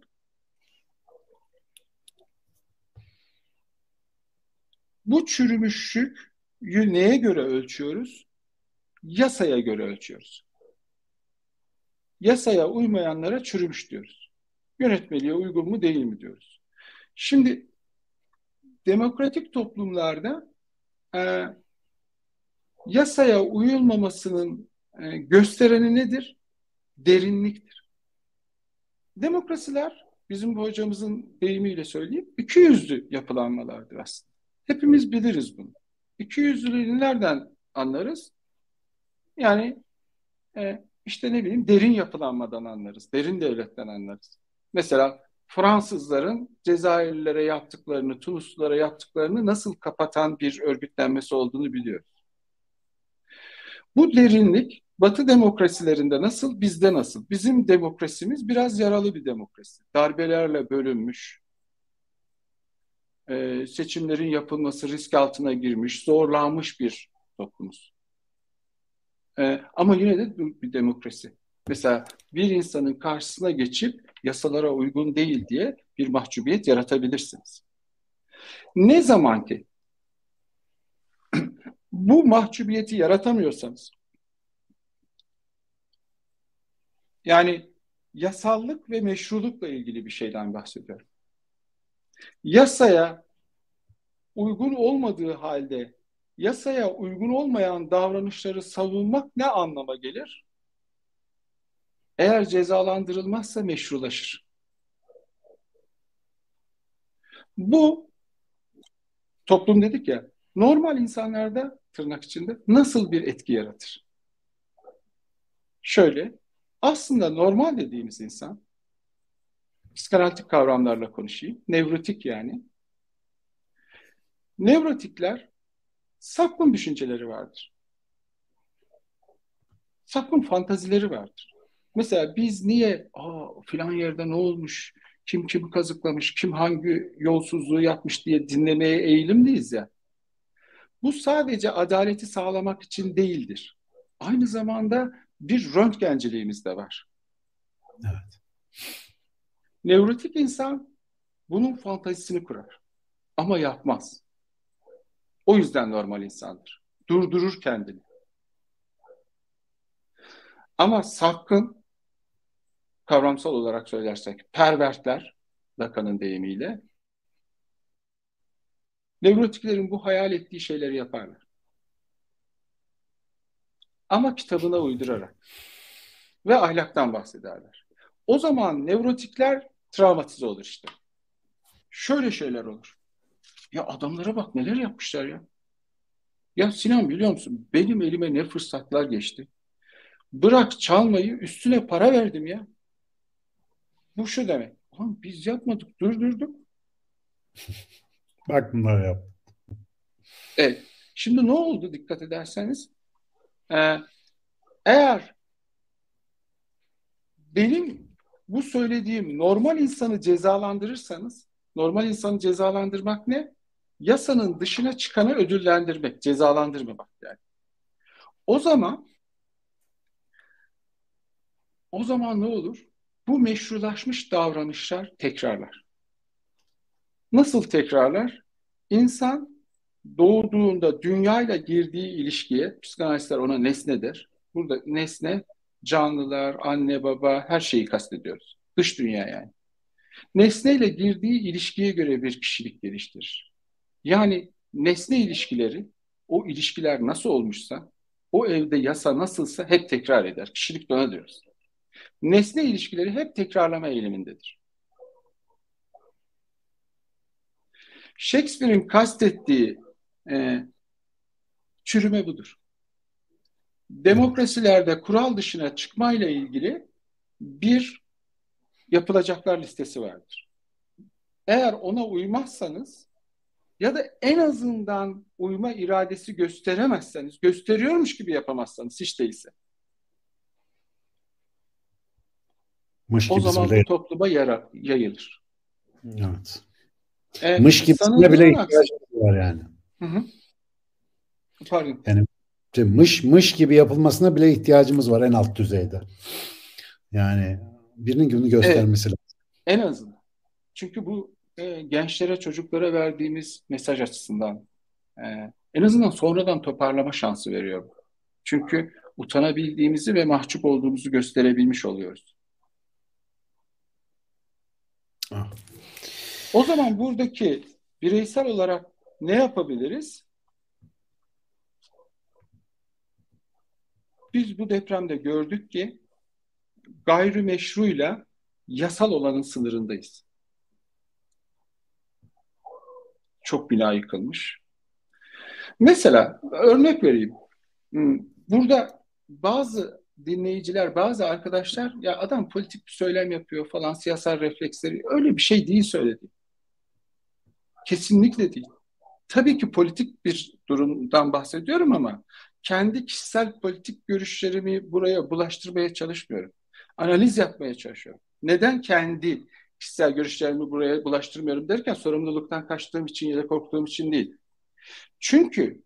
Bu çürümüşlüğü neye göre ölçüyoruz? Yasaya göre ölçüyoruz. Yasaya uymayanlara çürümüş diyoruz. Yönetmeliğe uygun mu değil mi diyoruz. Şimdi demokratik toplumlarda e, yasaya uyulmamasının göstereni nedir? Derinliktir. Demokrasiler, bizim bu hocamızın deyimiyle söyleyeyim, ikiyüzlü yapılanmalardır aslında. Hepimiz biliriz bunu. İkiyüzlülüğü nereden anlarız? Yani işte ne bileyim derin yapılanmadan anlarız, derin devletten anlarız. Mesela Fransızların Cezayirlilere yaptıklarını, Tunuslulara yaptıklarını nasıl kapatan bir örgütlenmesi olduğunu biliyoruz. Bu derinlik Batı demokrasilerinde nasıl, bizde nasıl? Bizim demokrasimiz biraz yaralı bir demokrasi. Darbelerle bölünmüş, seçimlerin yapılması risk altına girmiş, zorlanmış bir toplumuz. Ama yine de bir demokrasi. Mesela bir insanın karşısına geçip yasalara uygun değil diye bir mahcubiyet yaratabilirsiniz. Ne zaman ki bu mahcubiyeti yaratamıyorsanız, yani yasallık ve meşrulukla ilgili bir şeyden bahsediyorum. Yasaya uygun olmadığı halde yasaya uygun olmayan davranışları savunmak ne anlama gelir? Eğer cezalandırılmazsa meşrulaşır. Bu toplum dedik ya, normal insanlarda tırnak içinde nasıl bir etki yaratır? Şöyle, aslında normal dediğimiz insan, psikanalitik kavramlarla konuşayım, nevrotik yani. Nevrotikler sapkın düşünceleri vardır. Sapkın fantazileri vardır. Mesela biz niye filan yerde ne olmuş, kim kimi kazıklamış, kim hangi yolsuzluğu yapmış diye dinlemeye eğilimliyiz ya. Bu sadece adaleti sağlamak için değildir. Aynı zamanda bir röntgenciliğimiz de var. Evet. Nevrotik insan bunun fantazisini kurar ama yapmaz. O yüzden normal insandır. Durdurur kendini. Ama sapkın, kavramsal olarak söylersek, pervertler, Lacan'ın deyimiyle, nevrotiklerin bu hayal ettiği şeyleri yaparlar. Ama kitabına uydurarak ve ahlaktan bahsederler. O zaman nevrotikler travmatize olur işte. Şöyle şeyler olur. Ya adamlara bak neler yapmışlar ya. Ya Sinan biliyor musun? Benim elime ne fırsatlar geçti. Bırak çalmayı üstüne para verdim ya. Bu şu demek. Ulan biz yapmadık, durdurduk. Bak bunları yap. Evet. Şimdi ne oldu dikkat ederseniz? Ee, Eğer benim bu söylediğim normal insanı cezalandırırsanız, normal insanı cezalandırmak ne? Yasanın dışına çıkanı ödüllendirmek, cezalandırmamak yani. O zaman o zaman ne olur? Bu meşrulaşmış davranışlar tekrarlar. Nasıl tekrarlar? İnsan doğduğunda dünyayla girdiği ilişkiye, psikanalistler ona nesne der. Burada nesne canlılar, anne baba her şeyi kastediyoruz. Dış dünya yani. Nesneyle girdiği ilişkiye göre bir kişilik geliştirir. Yani nesne ilişkileri, o ilişkiler nasıl olmuşsa, o evde yasa nasılsa hep tekrar eder. Kişilik dona diyoruz. Nesne ilişkileri hep tekrarlama eğilimindedir. Shakespeare'in kastettiği e, çürüme budur. Demokrasilerde kural dışına çıkmayla ilgili bir yapılacaklar listesi vardır. Eğer ona uymazsanız ya da en azından uyma iradesi gösteremezseniz, gösteriyormuş gibi yapamazsanız hiç değilse, Mış o gibi zaman bile. bu topluma yayılır. Evet. Mış gibisine bile Sanıldığının aksi. ihtiyacımız var yani. Hı hı. Pardon. Yani işte mış gibi yapılmasına bile ihtiyacımız var en alt düzeyde. Yani birinin gününü Evet, göstermesi lazım. en azından. Çünkü bu gençlere, çocuklara verdiğimiz mesaj açısından e, en azından sonradan toparlama şansı veriyor. Çünkü utanabildiğimizi ve mahcup olduğumuzu gösterebilmiş oluyoruz. Ah, O zaman buradaki bireysel olarak ne yapabiliriz? Biz bu depremde gördük ki gayrimeşruyla yasal olanın sınırındayız. Çok bina yıkılmış. Mesela örnek vereyim. Burada bazı dinleyiciler, bazı arkadaşlar ya adam politik bir söylem yapıyor falan, siyasal refleksleri, öyle bir şey değil söyledi. Kesinlikle değil. Tabii ki politik bir durumdan bahsediyorum ama kendi kişisel politik görüşlerimi buraya bulaştırmaya çalışmıyorum. Analiz yapmaya çalışıyorum. Neden kendi kişisel görüşlerimi buraya bulaştırmıyorum derken sorumluluktan kaçtığım için ya da korktuğum için değil. Çünkü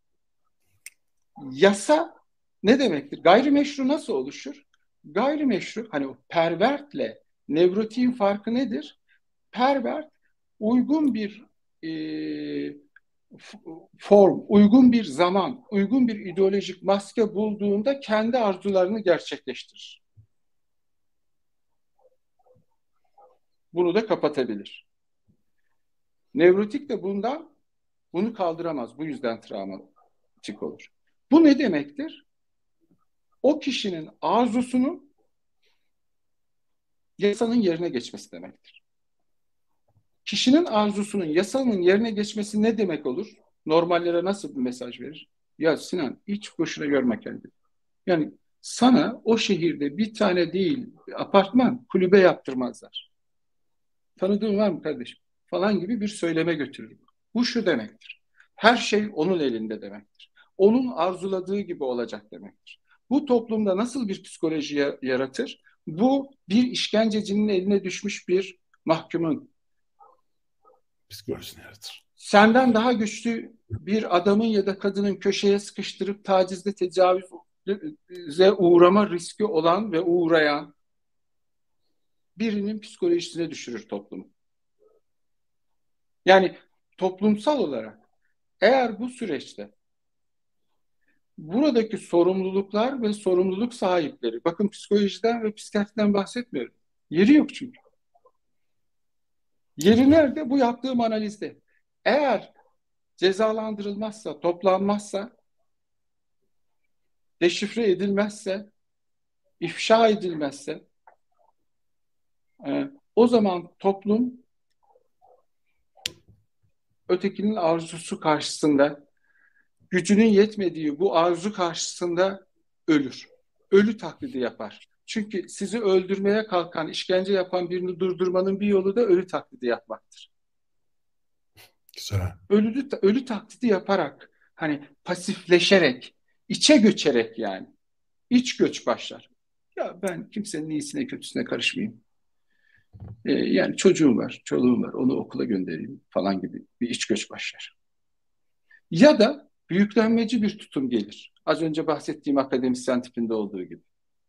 yasa ne demektir? Gayrimeşru nasıl oluşur? Gayrimeşru, hani o pervertle nevrotiğin farkı nedir? Pervert uygun bir e, form, uygun bir zaman, uygun bir ideolojik maske bulduğunda kendi arzularını gerçekleştirir. Bunu da kapatabilir. Nevrotik de bunu kaldıramaz. Bu yüzden travmatik olur. Bu ne demektir? O kişinin arzusunun yasanın yerine geçmesi demektir. Kişinin arzusunun yasanın yerine geçmesi ne demek olur? Normallere nasıl bir mesaj verir? Ya Sinan, hiç boşuna yorma kendini. Yani sana o şehirde bir tane değil apartman, kulübe yaptırmazlar. Tanıdığın var mı kardeşim? Falan gibi bir söyleme götürür. Bu şu demektir. Her şey onun elinde demektir. Onun arzuladığı gibi olacak demektir. Bu toplumda nasıl bir psikoloji yaratır? Bu bir işkencecinin eline düşmüş bir mahkumun, psikolojisini yaratır. senden daha güçlü bir adamın ya da kadının köşeye sıkıştırıp tacizde, tecavüze uğrama riski olan ve uğrayan birinin psikolojisine düşürür toplumu. Yani toplumsal olarak eğer bu süreçte buradaki sorumluluklar ve sorumluluk sahipleri, bakın psikolojiden ve psikiyatriden bahsetmiyorum. Yeri yok çünkü. Yeri nerede? Bu yaptığım analizde. Eğer cezalandırılmazsa, toplanmazsa, deşifre edilmezse, ifşa edilmezse, o zaman toplum ötekinin arzusu karşısında, gücünün yetmediği bu arzu karşısında ölür. Ölü taklidi yapar. Çünkü sizi öldürmeye kalkan, işkence yapan birini durdurmanın bir yolu da ölü taklidi yapmaktır. Güzel. Ölü taklidi yaparak, hani pasifleşerek, içe göçerek yani, iç göç başlar. Ya ben kimsenin iyisine kötüsüne karışmayayım. Yani çocuğum var, çoluğum var, onu okula göndereyim falan gibi bir iç göç başlar. Ya da büyüklenmeci bir tutum gelir. Az önce bahsettiğim akademisyen tipinde olduğu gibi.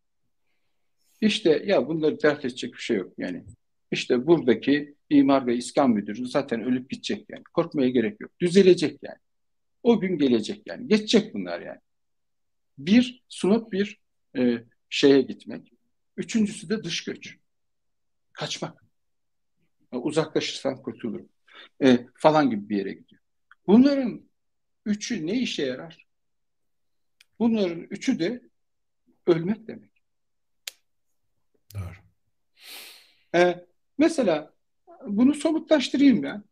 İşte ya bunları dert edecek bir şey yok yani. İşte buradaki imar ve iskan müdürü zaten ölüp gidecek yani. Korkmaya gerek yok. Düzelecek yani. O gün gelecek yani. Geçecek bunlar yani. Bir sunup bir şeye gitmek. Üçüncüsü de dış göç. Kaçmak. Uzaklaşırsan kurtulurum. Falan gibi bir yere gidiyor. Bunların üçü ne işe yarar? Bunların üçü de ölmek demek. Doğru. Mesela bunu somutlaştırayım ben.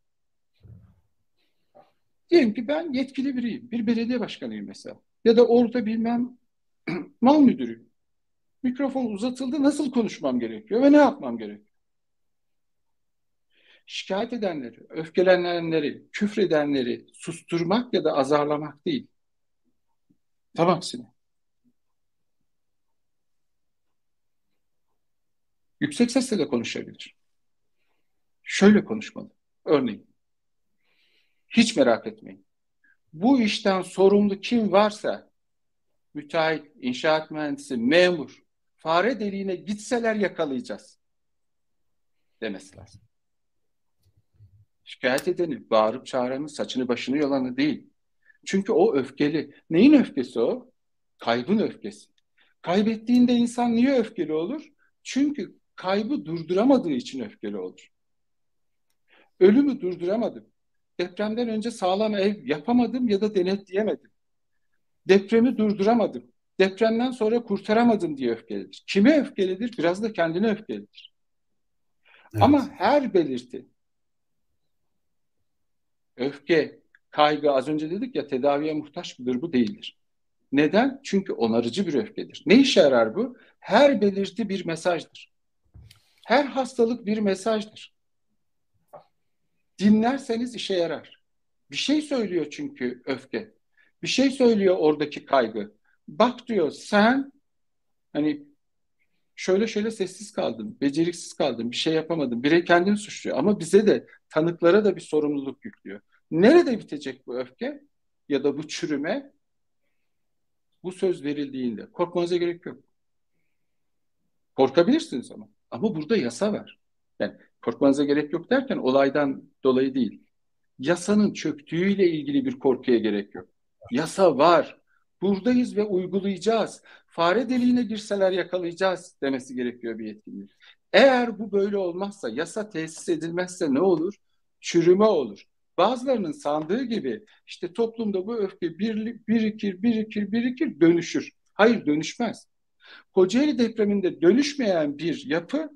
Diyelim ki ben yetkili biriyim. Bir belediye başkanıyım mesela. Ya da orada bilmem mal müdürüyüm. Mikrofon uzatıldı, nasıl konuşmam gerekiyor ve ne yapmam gerekiyor? Şikayet edenleri, öfkelenenleri, küfredenleri susturmak ya da azarlamak değil. Tam aksine. Yüksek sesle de konuşabilir. şöyle konuşmalı. Örneğin, hiç merak etmeyin. Bu işten sorumlu kim varsa, müteahhit, inşaat mühendisi, memur, fare deliğine gitseler yakalayacağız demesi lazım. Şikayet edeni, bağırıp çağıranı, saçını başını yolanı değil. Çünkü o öfkeli. Neyin öfkesi o? Kaybın öfkesi. Kaybettiğinde insan niye öfkeli olur? Çünkü kaybı durduramadığı için öfkeli olur. Ölümü durduramadım. Depremden önce sağlam ev yapamadım ya da denetleyemedim. Depremi durduramadım. Depremden sonra kurtaramadım diye öfkelidir. Kime öfkelidir? Biraz da kendine öfkelidir. Ama Evet. her belirti, öfke, kaygı, az önce dedik ya, tedaviye muhtaç mıdır? Bu değildir. Neden? Çünkü onarıcı bir öfkedir. Ne işe yarar bu? Her belirti bir mesajdır. Her hastalık bir mesajdır. Dinlerseniz işe yarar. Bir şey söylüyor çünkü öfke. Bir şey söylüyor oradaki kaygı. Bak diyor, sen hani şöyle şöyle sessiz kaldın, beceriksiz kaldın, bir şey yapamadın. Birey kendini suçluyor ama bize de, tanıklara da bir sorumluluk yüklüyor. Nerede bitecek bu öfke ya da bu çürüme? Bu söz verildiğinde. Korkmanıza gerek yok. Korkabilirsiniz ama burada yasa var. Yani korkmanıza gerek yok derken olaydan dolayı değil. Yasanın çöktüğüyle ilgili bir korkuya gerek yok. Yasa var. Buradayız ve uygulayacağız. Fare deliğine girseler yakalayacağız demesi gerekiyor bir yetkilinin. Eğer bu böyle olmazsa, yasa tesis edilmezse ne olur? Çürüme olur. Bazılarının sandığı gibi işte toplumda bu öfke birikir, dönüşür. Hayır, dönüşmez. Kocaeli depreminde dönüşmeyen bir yapı,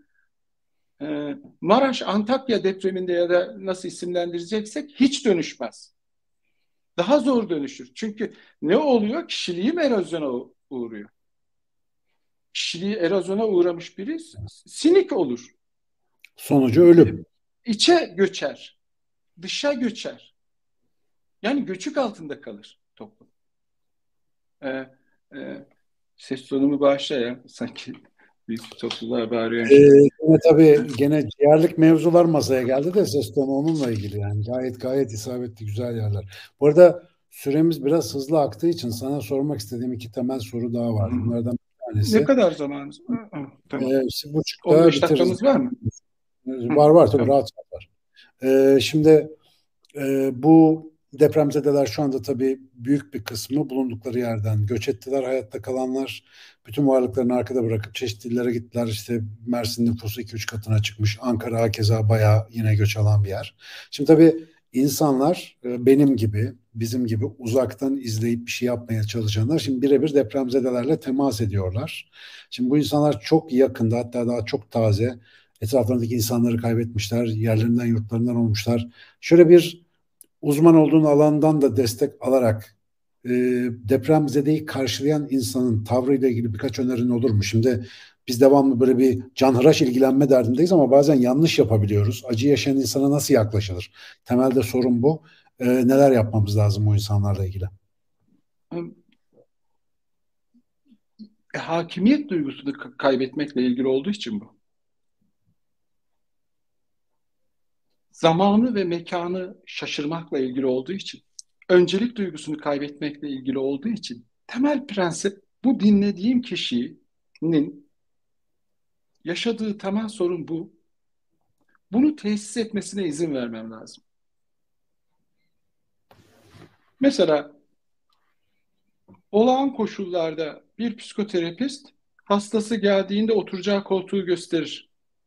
Maraş-Antakya depreminde ya da nasıl isimlendireceksek hiç dönüşmez. Daha zor dönüşür. Çünkü ne oluyor? Kişiliğim erozyona uğruyor. Kişiliği erozyona uğramış biri sinik olur. Sonucu ölüm. İçe göçer. Dışa göçer. Yani göçük altında kalır toplum. Ee, e, Ses tonumu bağışla ya. Sanki büyük bir topluluğa bağırıyormuş gibi. Yine tabii gene ciğerlik mevzular masaya geldi de ses tonu onunla ilgili yani. Gayet isabetli, güzel yerler. Bu arada süremiz biraz hızlı aktığı için sana sormak istediğim iki temel soru daha var. Bunlardan bir Ne tanesi kadar zamanımız var? Tamam. 8.30'da 15 bitiririz. dakikamız var mı? Hı, Var tabii, tamam. rahat var. Şimdi bu depremzedeler şu anda tabii büyük bir kısmı bulundukları yerden göç ettiler. Hayatta kalanlar bütün varlıklarını arkada bırakıp çeşitli illere gittiler. İşte Mersin nüfusu 2-3 katına çıkmış. Ankara hakeza bayağı yine göç alan bir yer. Şimdi tabii insanlar benim gibi, bizim gibi uzaktan izleyip bir şey yapmaya çalışanlar şimdi birebir depremzedelerle temas ediyorlar. Şimdi bu insanlar çok yakında, hatta daha çok taze, etraflarındaki insanları kaybetmişler, yerlerinden yurtlarından olmuşlar. Şöyle bir uzman olduğun alandan da destek alarak e, depremzedeyi karşılayan insanın tavrıyla ilgili birkaç önerin olur mu? Şimdi biz devamlı böyle bir canhıraş ilgilenme derdindeyiz ama bazen yanlış yapabiliyoruz. Acı yaşayan insana nasıl yaklaşılır? Temelde sorun bu. Neler yapmamız lazım o insanlarla ilgili? Hakimiyet duygusunu kaybetmekle ilgili olduğu için bu. Zamanı ve mekanı şaşırmakla ilgili olduğu için, öncelik duygusunu kaybetmekle ilgili olduğu için temel prensip, bu dinlediğim kişinin yaşadığı temel sorun bu. Bunu tesis etmesine izin vermem lazım. Mesela olağan koşullarda bir psikoterapist hastası geldiğinde oturacağı koltuğu gösterir.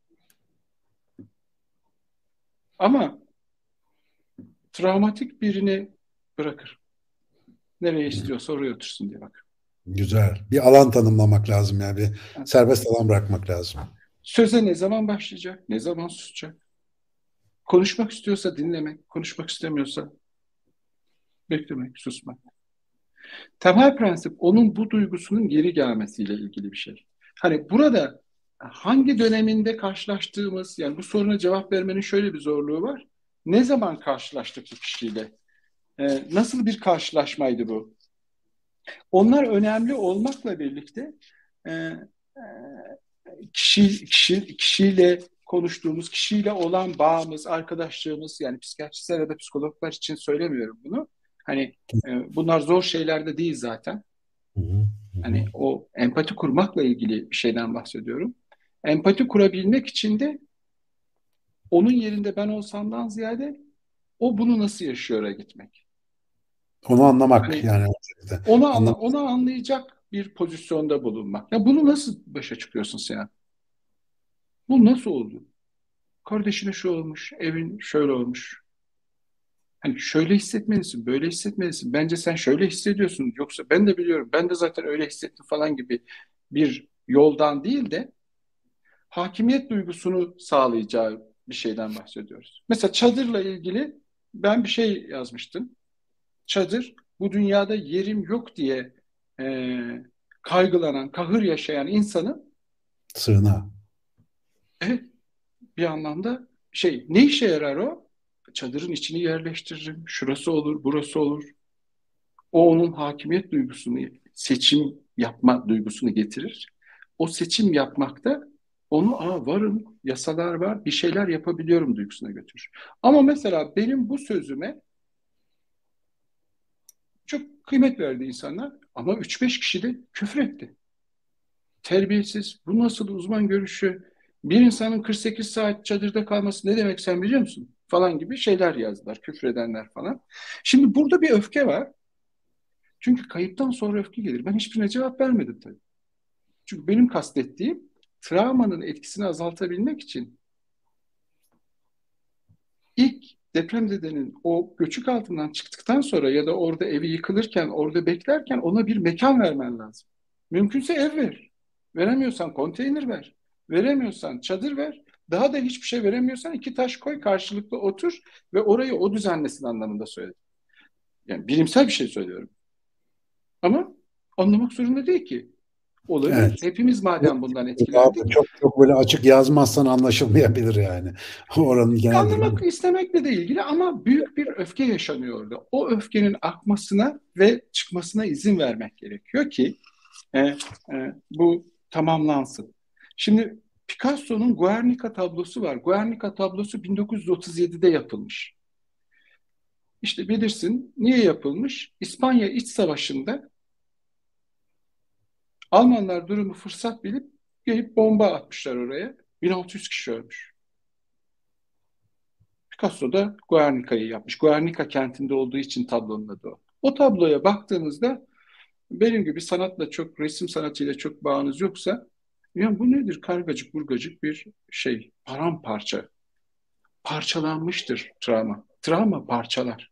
Ama travmatik birini bırakır. Nereye istiyorsa oraya otursun diye bak. Güzel. Bir alan tanımlamak lazım yani. Bir serbest alan bırakmak lazım. Söze ne zaman başlayacak, ne zaman susacak? Konuşmak istiyorsa dinlemek, konuşmak istemiyorsa beklemek, susmak. Temel prensip onun bu duygusunun geri gelmesiyle ilgili bir şey. Hani burada hangi döneminde karşılaştığımız, yani bu soruna cevap vermenin şöyle bir zorluğu var. Ne zaman karşılaştık bu kişiyle? Nasıl bir karşılaşmaydı bu? Onlar önemli olmakla birlikte e, kişiyle konuştuğumuz kişiyle olan bağımız, arkadaşlığımız, yani psikiyatristler ya da psikologlar için söylemiyorum bunu. Hani bunlar zor şeyler de değil zaten. Hı hı, hı hı. Hani o empati kurmakla ilgili bir şeyden bahsediyorum. Empati kurabilmek için de onun yerinde ben olsamdan ziyade o bunu nasıl yaşıyor'a gitmek. Onu anlamak Hani yani. Anlamak. onu anlayacak bir pozisyonda bulunmak. Ya bunu nasıl başa çıkıyorsun Sinan? Bu nasıl oldu? Kardeşine şu olmuş, evin şöyle olmuş. Hani şöyle hissetmelisin, böyle hissetmelisin. Bence sen şöyle hissediyorsun. Yoksa ben de biliyorum, ben de zaten öyle hissettim falan gibi bir yoldan değil de hakimiyet duygusunu sağlayacağı bir şeyden bahsediyoruz. Mesela çadırla ilgili ben bir şey yazmıştım. Çadır, bu dünyada yerim yok diye e, kaygılanan, kahır yaşayan insanın Sığınağı. evet, bir anlamda ne işe yarar o? Çadırın içini yerleştiririm. Şurası olur, burası olur. O onun hakimiyet duygusunu, seçim yapma duygusunu getirir. O seçim yapmakta onu varım, yasalar var, bir şeyler yapabiliyorum duygusuna götürür. Ama mesela benim bu sözüme çok kıymet verdi insanlar ama 3-5 kişi de küfür etti. Terbiyesiz, bu nasıl uzman görüşü, bir insanın 48 saat çadırda kalması ne demek sen biliyor musun? Falan gibi şeyler yazdılar, küfredenler falan. Şimdi burada bir öfke var. Çünkü kayıptan sonra öfke gelir. Ben hiçbirine cevap vermedim tabii. Çünkü benim kastettiğim travmanın etkisini azaltabilmek için ilk depremzedenin o göçük altından çıktıktan sonra ya da orada evi yıkılırken, orada beklerken ona bir mekan vermen lazım. Mümkünse ev ver. Veremiyorsan konteyner ver. Veremiyorsan çadır ver. Daha da hiçbir şey veremiyorsan iki taş koy, karşılıklı otur ve orayı o düzenlesin anlamında söyledim. Yani bilimsel bir şey söylüyorum. Ama anlamak zorunda değil ki. Olabilir. Evet. Hepimiz madem bundan Abi etkilendik. çok böyle açık yazmazsan anlaşılmayabilir yani. Oranın genel durumu. Anlamak istemekle de ilgili ama büyük bir öfke yaşanıyor orada. O öfkenin akmasına ve çıkmasına izin vermek gerekiyor ki e, bu tamamlansın. Şimdi Picasso'nun Guernica tablosu var. Guernica tablosu 1937'de yapılmış. İşte bilirsin niye yapılmış? İspanya İç Savaşı'nda Almanlar durumu fırsat bilip gelip bomba atmışlar oraya. 1600 kişi ölmüş. Picasso da Guernica'yı yapmış. Guernica kentinde olduğu için tablonun adı o. O tabloya baktığınızda benim gibi sanatla çok, resim sanatıyla çok bağınız yoksa ya bu nedir? Kargacık burgacık bir şey, paramparça. Parçalanmıştır travma. Travma parçalar.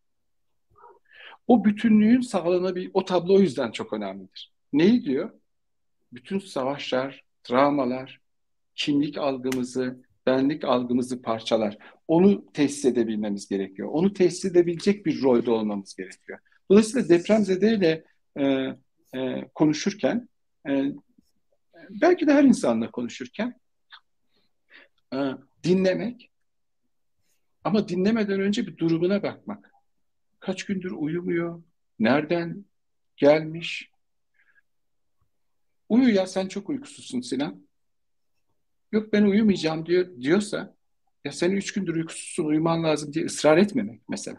O bütünlüğün sağlanabilir, o tablo o yüzden çok önemlidir. Neyi diyor? Bütün savaşlar, travmalar, kimlik algımızı, benlik algımızı parçalar. Onu tesis edebilmemiz gerekiyor. Onu tesis edebilecek bir rolde olmamız gerekiyor. Dolayısıyla depremzedeyle e, konuşurken, e, belki de her insanla konuşurken e, dinlemek ama dinlemeden önce bir durumuna bakmak. Kaç gündür uyumuyor? Nereden gelmiş? Uyu ya sen çok uykusuzsun Sinan. Yok ben uyumayacağım diyorsa ya sen 3 gündür uykusuzsun uyuman lazım diye ısrar etmemek mesela.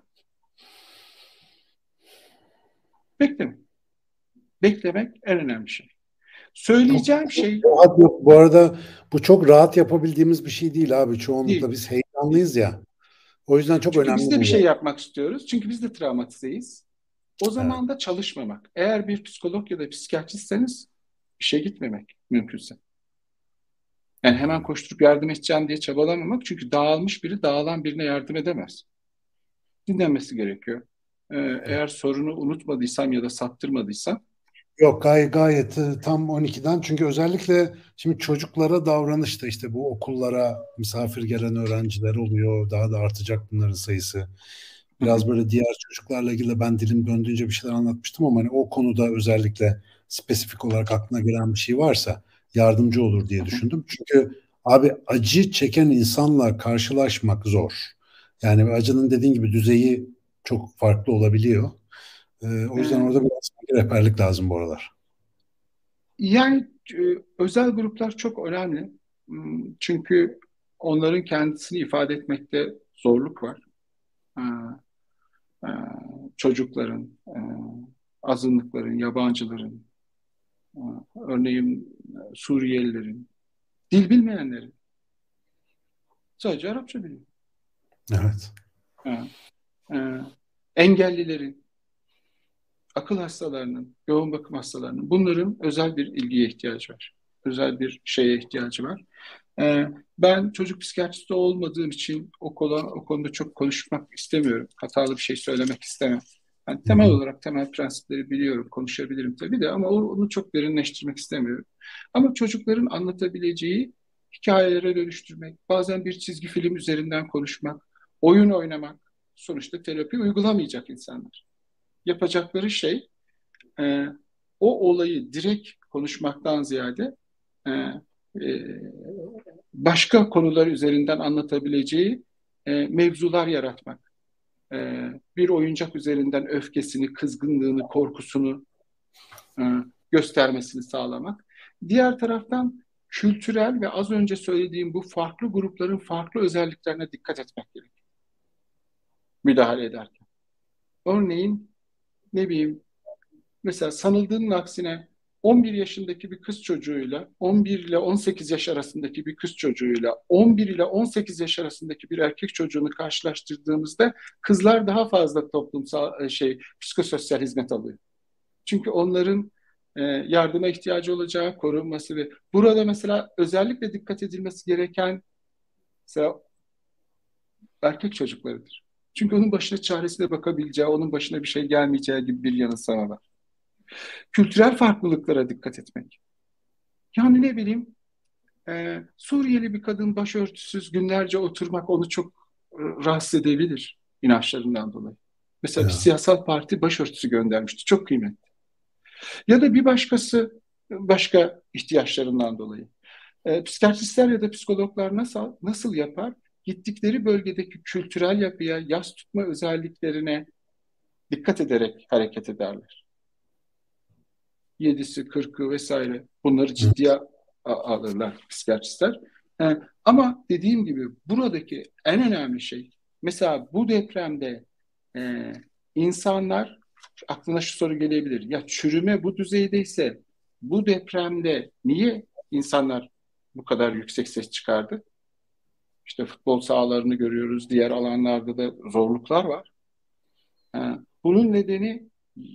Beklemek. Beklemek en önemli şey. Çok Söyleyeceğim şey rahat yok. Bu arada bu çok rahat yapabildiğimiz bir şey değil abi. Çoğunlukla değil. biz Değil. heyecanlıyız ya. O yüzden çok Çünkü biz önemli de bir şey bu. yapmak istiyoruz. Çünkü biz de travmatizeyiz. O Evet. zaman da çalışmamak. Eğer bir psikolog ya da psikiyatristseniz işe gitmemek mümkünse. Yani hemen koşturup yardım edeceğim diye çabalamamak. Çünkü dağılmış biri dağılan birine yardım edemez. Dinlenmesi gerekiyor. Eğer sorunu unutmadıysam ya da saptırmadıysam. Yok gayet tam 12'den çünkü özellikle şimdi çocuklara davranışta işte bu okullara misafir gelen öğrenciler oluyor. Daha da artacak bunların sayısı. Hı hı, Biraz böyle diğer çocuklarla ilgili ben dilim döndüğünce bir şeyler anlatmıştım ama hani o konuda özellikle spesifik olarak aklına gelen bir şey varsa yardımcı olur hı diye hı, düşündüm. Çünkü abi acı çeken insanla karşılaşmak zor. Yani acının dediğin gibi düzeyi çok farklı olabiliyor. O yüzden Ee, orada biraz rehberlik lazım bu aralar. Yani özel gruplar çok önemli. Çünkü onların kendisini ifade etmekte zorluk var. E, e, Çocukların, azınlıkların, yabancıların, e, örneğin Suriyelilerin, dil bilmeyenlerin sadece Arapça biliyor. Evet. E, e, Engellilerin, akıl hastalarının, yoğun bakım hastalarının bunların özel bir ilgiye ihtiyacı var. Özel bir şeye ihtiyacı var. Ben çocuk psikiyatristi olmadığım için o konuda çok konuşmak istemiyorum. Hatalı bir şey söylemek istemem. Yani Hı temel hı. olarak temel prensipleri biliyorum, konuşabilirim tabii de ama onu çok derinleştirmek istemiyorum. Ama çocukların anlatabileceği hikayelere dönüştürmek, bazen bir çizgi film üzerinden konuşmak, oyun oynamak, sonuçta terapi uygulamayacak insanlar. Yapacakları şey e, o olayı direkt konuşmaktan ziyade e, e, başka konular üzerinden anlatabileceği mevzular yaratmak. Bir oyuncak üzerinden öfkesini, kızgınlığını, korkusunu e, göstermesini sağlamak. Diğer taraftan kültürel ve az önce söylediğim bu farklı grupların farklı özelliklerine dikkat etmek gerekiyor müdahale ederken. Örneğin ne bileyim mesela sanıldığının aksine 11 yaşındaki bir kız çocuğuyla 11 ile 18 yaş arasındaki bir kız çocuğuyla 11 ile 18 yaş arasındaki bir erkek çocuğunu karşılaştırdığımızda kızlar daha fazla toplumsal psikososyal hizmet alıyor. Çünkü onların yardıma ihtiyacı olacağı korunması ve burada mesela özellikle dikkat edilmesi gereken mesela erkek çocuklarıdır. Çünkü onun başına çaresine bakabileceği, onun başına bir şey gelmeyeceği gibi bir yanılsama var. Kültürel farklılıklara dikkat etmek. Yani ne bileyim Suriyeli bir kadın başörtüsüz günlerce oturmak onu çok rahatsız edebilir inançlarından dolayı. Mesela bir Ya. siyasal parti başörtüsü göndermişti. Çok kıymetli. Ya da bir başkası başka ihtiyaçlarından dolayı. Psikiyatristler ya da psikologlar nasıl yapar? Gittikleri bölgedeki kültürel yapıya, yas tutma özelliklerine dikkat ederek hareket ederler. Yedisi, kırkı vesaire bunları Hı. ciddiye alırlar psikiyatristler. Ama dediğim gibi buradaki en önemli şey mesela bu depremde e, insanlar aklına şu soru gelebilir. Ya çürüme bu düzeydeyse bu depremde niye insanlar bu kadar yüksek ses çıkardı? İşte futbol sahalarını görüyoruz. Diğer alanlarda da zorluklar var. E, Bunun nedeni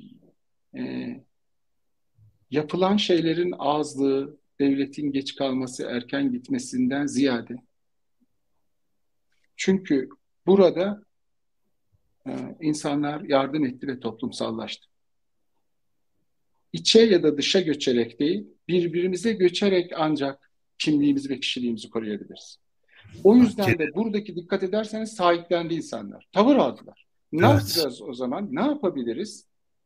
e, yapılan şeylerin azlığı, devletin geç kalması, erken gitmesinden ziyade. Çünkü burada insanlar yardım etti ve toplumsallaştı. İçe ya da dışa göçerek değil, birbirimize göçerek ancak kimliğimizi ve kişiliğimizi koruyabiliriz. O yüzden de buradaki dikkat ederseniz sahiplendi insanlar. Tavır aldılar. Ne Evet. yapacağız o zaman? Ne yapabiliriz?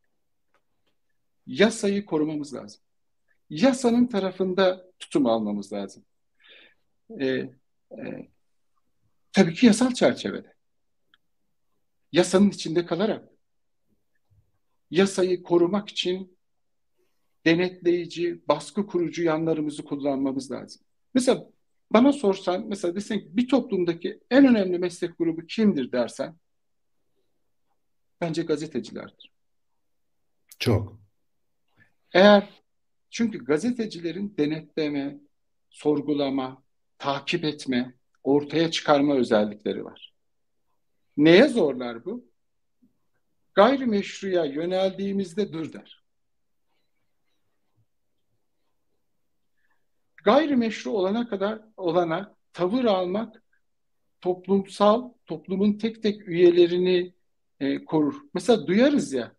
Yasayı korumamız lazım. Yasanın tarafında tutum almamız lazım. E, e, tabii ki yasal çerçevede. Yasanın içinde kalarak yasayı korumak için denetleyici, baskı kurucu yanlarımızı kullanmamız lazım. Mesela bana sorsan, mesela desen ki bir toplumdaki en önemli meslek grubu kimdir dersen, bence gazetecilerdir. Çok. Eğer çünkü gazetecilerin denetleme, sorgulama, takip etme, ortaya çıkarma özellikleri var. Neye zorlar bu? Gayrimeşruya yöneldiğimizde dur der. Gayrimeşru olana tavır almak toplumun tek tek üyelerini korur. Mesela duyarız ya,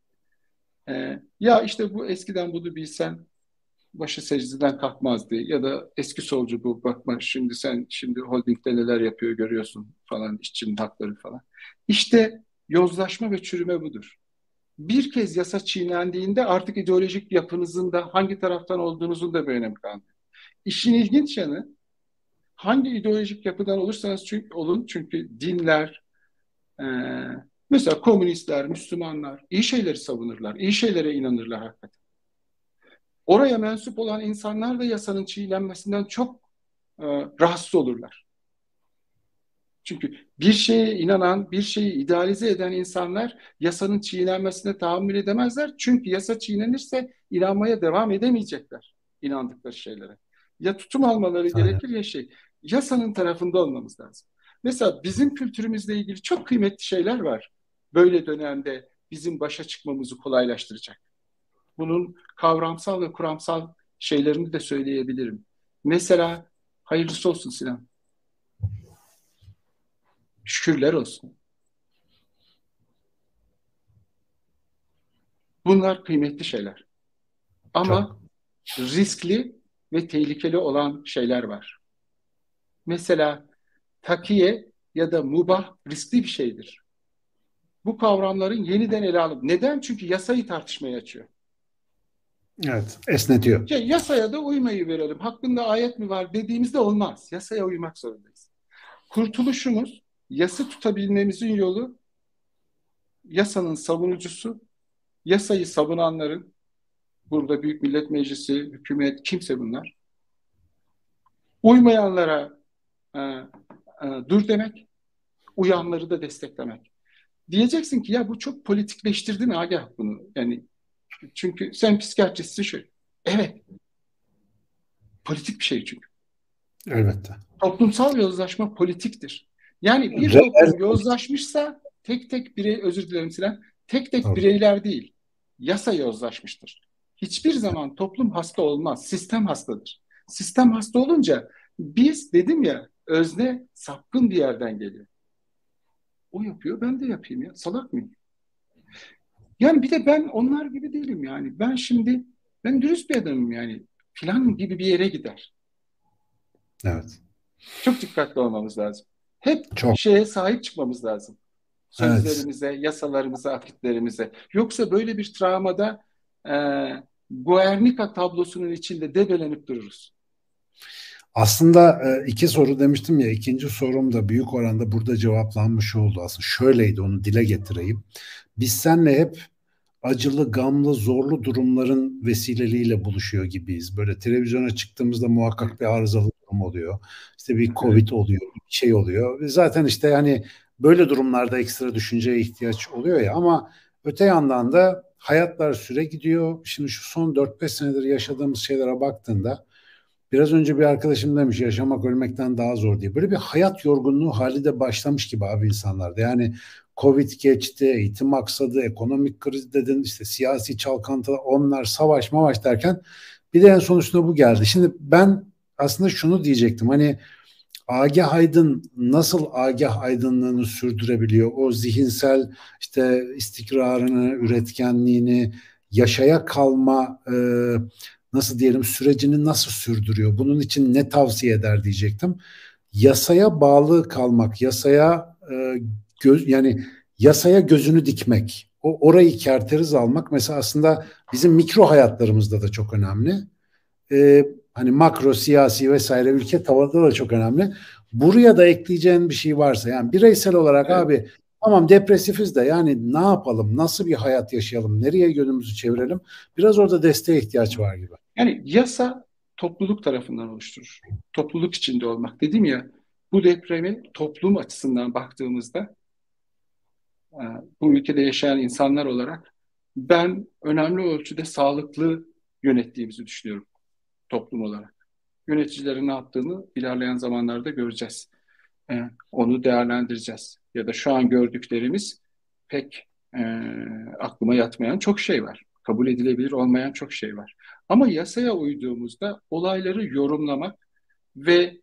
ya işte bu eskiden bunu bilsen başı secdeden kalkmazdı ya da eski solcu bu bakma şimdi holdingde neler yapıyor görüyorsun falan işçinin hakları falan. İşte yozlaşma ve çürüme budur. Bir kez yasa çiğnendiğinde artık ideolojik yapınızın da hangi taraftan olduğunuzun da bir önemi kalmıyor. İşin ilginç yanı hangi ideolojik yapıdan olursanız olun çünkü dinler, Ee, mesela komünistler, Müslümanlar iyi şeyleri savunurlar, iyi şeylere inanırlar hakikaten. Oraya mensup olan insanlar da yasanın çiğnenmesinden çok rahatsız olurlar. Çünkü bir şeye inanan, bir şeyi idealize eden insanlar yasanın çiğnenmesine tahammül edemezler. Çünkü yasa çiğnenirse inanmaya devam edemeyecekler inandıkları şeylere. Ya tutum almaları Aynen. gerekir ya yasanın tarafında olmamız lazım. Mesela bizim kültürümüzle ilgili çok kıymetli şeyler var. Böyle dönemde bizim başa çıkmamızı kolaylaştıracak. Bunun kavramsal ve kuramsal şeylerini de söyleyebilirim. Mesela hayırlısı olsun Sinan. Şükürler olsun. Bunlar kıymetli şeyler. Ama Çok. riskli ve tehlikeli olan şeyler var. Mesela takiye ya da mubah riskli bir şeydir. Bu kavramların yeniden ele alınıp neden? Çünkü yasayı tartışmaya açıyor. Evet. Esnetiyor. Yasaya da uymayı verelim. Hakkında ayet mi var dediğimizde olmaz. Yasaya uymak zorundayız. Kurtuluşumuz, yasa tutabilmemizin yolu yasanın savunucusu, yasayı savunanların, burada Büyük Millet Meclisi, hükümet, kimse bunlar. Uymayanlara dur demek, uyanları da desteklemek. Diyeceksin ki ya bu çok politikleştirdin Agah bunu. Yani çünkü sen psikiyatristsin şöyle. Evet, politik bir şey çünkü. Elbette. Toplumsal yozlaşma politiktir. Yani bir Her toplum zaman. yozlaşmışsa tek tek birey, özür dilerim Sinan, tek tek Tabii. bireyler değil, yasa yozlaşmıştır. Hiçbir zaman toplum hasta olmaz, sistem hastadır. Sistem hasta olunca biz dedim ya özne sapkın bir yerden geliyor. O yapıyor, ben de yapayım ya. Salak mıyım? Yani bir de ben onlar gibi değilim yani. Ben dürüst bir adamım yani. Filan gibi bir yere gider. Evet. Çok dikkatli olmamız lazım. Hep Çok. şeye sahip çıkmamız lazım. Evet. Sözlerimize, yasalarımıza, akitlerimize. Yoksa böyle bir travmada e, Guernica tablosunun içinde debelenip dururuz. Aslında iki soru demiştim ya, ikinci sorum da büyük oranda burada cevaplanmış oldu. Aslında şöyleydi, onu dile getireyim. Biz seninle hep acılı, gamlı, zorlu durumların vesileliğiyle buluşuyor gibiyiz. Böyle televizyona çıktığımızda Evet, muhakkak bir arızalı durum oluyor. İşte bir evet, Covid oluyor, bir şey oluyor. Ve zaten işte hani böyle durumlarda ekstra düşünceye ihtiyaç oluyor ya, ama öte yandan da hayatlar süre gidiyor. Şimdi şu son 4-5 senedir yaşadığımız şeylere baktığında, biraz önce bir arkadaşım demiş yaşamak ölmekten daha zor diye. Böyle bir hayat yorgunluğu hali de başlamış gibi abi insanlarda. Yani Covid geçti, eğitim aksadı, ekonomik kriz dedin, işte siyasi çalkantılar, onlar savaş mavaş derken bir de en son üstüne bu geldi. Şimdi ben aslında şunu diyecektim. Hani Agah Aydın nasıl Agah aydınlığını sürdürebiliyor? O zihinsel işte istikrarını, üretkenliğini, yaşaya kalma nasıl diyelim sürecini nasıl sürdürüyor? Bunun için ne tavsiye eder diyecektim. Yasaya bağlı kalmak, yasaya yani yasaya gözünü dikmek, orayı kerteriz almak mesela aslında bizim mikro hayatlarımızda da çok önemli. Hani makro, siyasi vesaire ülke tavada da çok önemli. Buraya da ekleyeceğin bir şey varsa, yani bireysel olarak evet. abi tamam depresifiz de yani ne yapalım, nasıl bir hayat yaşayalım, nereye yönümüzü çevirelim, biraz orada desteğe ihtiyaç var gibi. Yani yasa topluluk tarafından oluşturur. Topluluk içinde olmak. Dedim ya bu depremi toplum açısından baktığımızda e, bu ülkede yaşayan insanlar olarak ben önemli ölçüde sağlıklı yönettiğimizi düşünüyorum toplum olarak. Yöneticilerin ne yaptığını ilerleyen zamanlarda göreceğiz. Onu değerlendireceğiz. Ya da şu an gördüklerimiz pek aklıma yatmayan çok şey var. Kabul edilebilir olmayan çok şey var. Ama yasaya uyduğumuzda olayları yorumlamak ve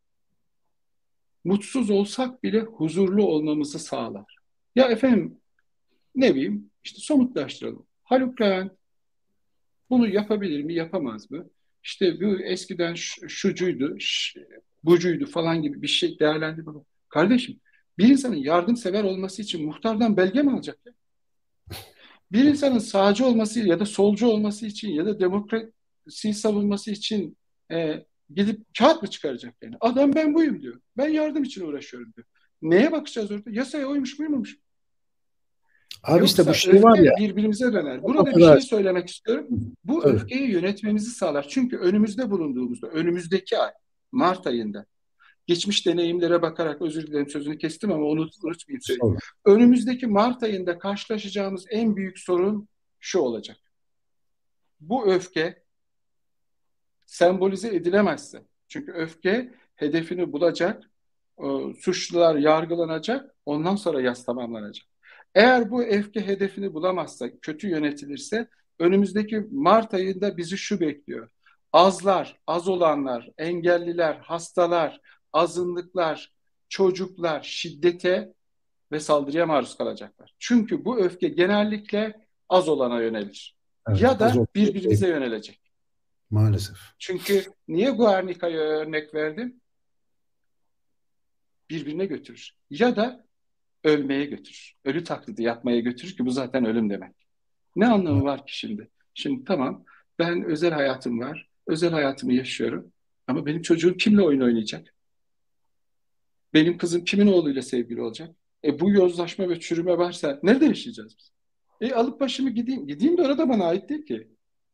mutsuz olsak bile huzurlu olmamızı sağlar. Ya efendim ne bileyim işte somutlaştıralım. Haluk Levent bunu yapabilir mi, yapamaz mı? İşte bu eskiden şucuydu, bucuydu falan gibi bir şey değerlendirme. Kardeşim, bir insanın yardımsever olması için muhtardan belge mi alacak ya? Bir insanın sağcı olması ya da solcu olması için ya da demokrasiyi savunması için gidip kağıt mı çıkaracak yani? Adam ben buyum diyor. Ben yardım için uğraşıyorum diyor. Neye bakacağız orada? Yasaya uymuş muymuş? Abi işte bu Yoksa şey var ya, öfke birbirimize döner. o Burada bir kadar şey söylemek istiyorum. Bu tabii. öfkeyi yönetmemizi sağlar. Çünkü önümüzde bulunduğumuzda, önümüzdeki ay, Mart ayında geçmiş deneyimlere bakarak, özür dilerim sözünü kestim ama onu unutmayayım söyleyeyim. Sonra. Önümüzdeki Mart ayında karşılaşacağımız en büyük sorun şu olacak. Bu öfke sembolize edilemezse, çünkü öfke hedefini bulacak, suçlular yargılanacak, ondan sonra yas tamamlanacak. Eğer bu öfke hedefini bulamazsa, kötü yönetilirse önümüzdeki Mart ayında bizi şu bekliyor. Azlar, az olanlar, engelliler, hastalar, azınlıklar, çocuklar şiddete ve saldırıya maruz kalacaklar. Çünkü bu öfke genellikle az olana yönelir. Evet, Ya az da oldu. birbirimize yönelecek. Maalesef. Çünkü niye Guernica'ya örnek verdim? Birbirine götürür. Ya da ölmeye götürür. Ölü taklidi yapmaya götürür ki bu zaten ölüm demek. Ne anlamı var ki şimdi? Şimdi tamam, ben özel hayatım var. Özel hayatımı yaşıyorum. Ama benim çocuğum kimle oyun oynayacak? Benim kızım kimin oğluyla sevgili olacak? Bu yozlaşma ve çürüme varsa nerede yaşayacağız biz? Alıp başımı gideyim. Gideyim de orada bana ait değil ki.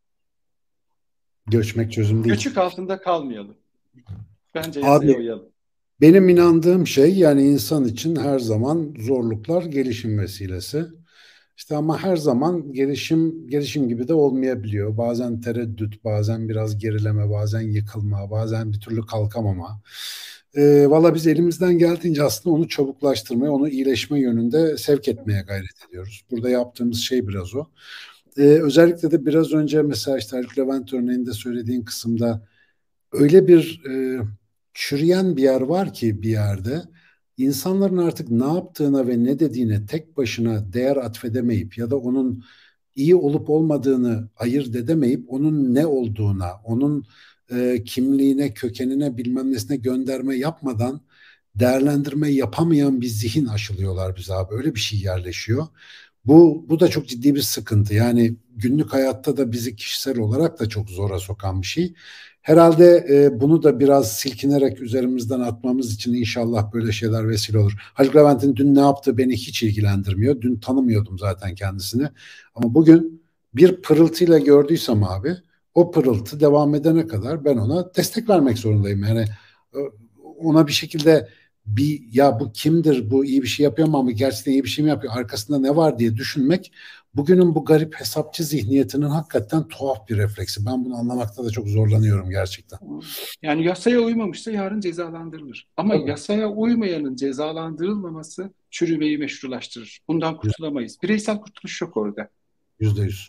Göçmek çözüm değil. Göçük altında kalmayalım. Bence yasaya Abi, uyalım. benim inandığım şey, yani insan için her zaman zorluklar gelişim vesilesi. İşte ama her zaman gelişim gibi de olmayabiliyor. Bazen tereddüt, bazen biraz gerileme, bazen yıkılma, bazen bir türlü kalkamama. Valla biz elimizden geldiğince aslında onu çabuklaştırmaya, onu iyileşme yönünde sevk etmeye gayret ediyoruz. Burada yaptığımız şey biraz o. Özellikle de biraz önce mesela işte Haluk Levent örneğinde söylediğin kısımda öyle bir çürüyen bir yer var ki bir yerde insanların artık ne yaptığına ve ne dediğine tek başına değer atfedemeyip ya da onun iyi olup olmadığını ayırt edemeyip onun ne olduğuna, onun kimliğine, kökenine, bilmem nesine gönderme yapmadan değerlendirme yapamayan bir zihin aşılıyorlar bize abi. Öyle bir şey yerleşiyor. Bu da çok ciddi bir sıkıntı. Yani günlük hayatta da bizi kişisel olarak da çok zora sokan bir şey. Herhalde bunu da biraz silkinerek üzerimizden atmamız için inşallah böyle şeyler vesile olur. Haluk Levent'in dün ne yaptığı beni hiç ilgilendirmiyor. Dün tanımıyordum zaten kendisini. Ama bugün bir pırıltıyla gördüysem abi, o pırıltı devam edene kadar ben ona destek vermek zorundayım. Yani e, ona bir şekilde ya bu kimdir, bu iyi bir şey yapıyor mu ama gerçekten iyi bir şey mi yapıyor, arkasında ne var diye düşünmek bugünün bu garip hesapçı zihniyetinin hakikaten tuhaf bir refleksi. Ben bunu anlamakta da çok zorlanıyorum gerçekten. Yani yasaya uymamışsa yarın cezalandırılır. Ama Tabii. yasaya uymayanın cezalandırılmaması çürümeyi meşrulaştırır. Bundan kurtulamayız. Bireysel kurtuluş yok orada. %100.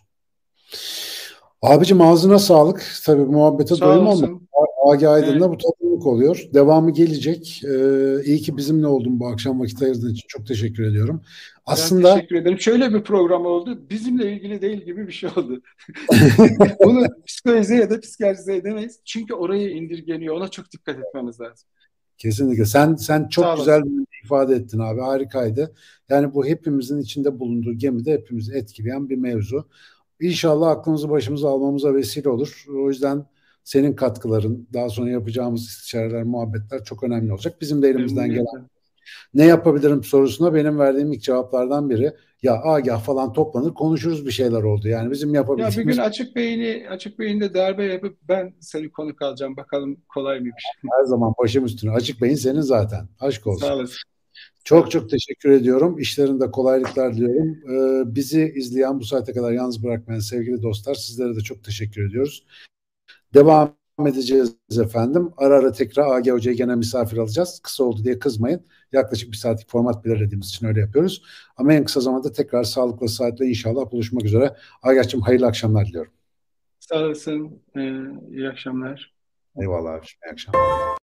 Abicim ağzına sağlık. Tabii muhabbete Sağ doyum olmadı. olsun. Agi Evet. Aydın'la bu tatlılık oluyor. Devamı gelecek. İyi ki bizimle oldun bu akşam, vakit ayırdığın için çok teşekkür ediyorum. Ben Aslında teşekkür ederim. Şöyle bir program oldu. Bizimle ilgili değil gibi bir şey oldu. Bunu psikolojize ya da psikiyatrize edemeyiz. Çünkü oraya indirgeniyor. Ona çok dikkat etmemiz lazım. kesinlikle sen çok Sağ güzel olasın. bir ifade ettin abi, harikaydı. Yani bu hepimizin içinde bulunduğu gemide hepimizi etkileyen bir mevzu. İnşallah aklımızı başımıza almamıza vesile olur. O yüzden senin katkıların, daha sonra yapacağımız istişareler, muhabbetler çok önemli olacak. Bizim de elimizden gelen Memnuniyetle. ne yapabilirim sorusuna benim verdiğim ilk cevaplardan biri, ya Agah falan toplanır konuşuruz, bir şeyler oldu. Yani bizim Ya bir gün yapabildiğimiz açık beyinde darbe yapıp ben seni konuk alacağım. Bakalım kolay mıymış. her zaman başım üstüne. Açık beyin senin zaten. Aşk Sağ olsun. olasın. Sağ Çok olasın. çok teşekkür ediyorum. İşlerinde kolaylıklar diliyorum. Bizi izleyen, bu saate kadar yalnız bırakmayan sevgili dostlar, sizlere de çok teşekkür ediyoruz. Devam edeceğiz efendim. Ara ara tekrar AG Hoca'yı gene misafir alacağız. Kısa oldu diye kızmayın. Yaklaşık bir saatlik format belirlediğimiz için öyle yapıyoruz. Ama en kısa zamanda tekrar sağlıklı saatle inşallah buluşmak üzere. Agah'cığım hayırlı akşamlar diliyorum. Sağ olasın. İyi akşamlar. Eyvallah abi. İyi akşamlar.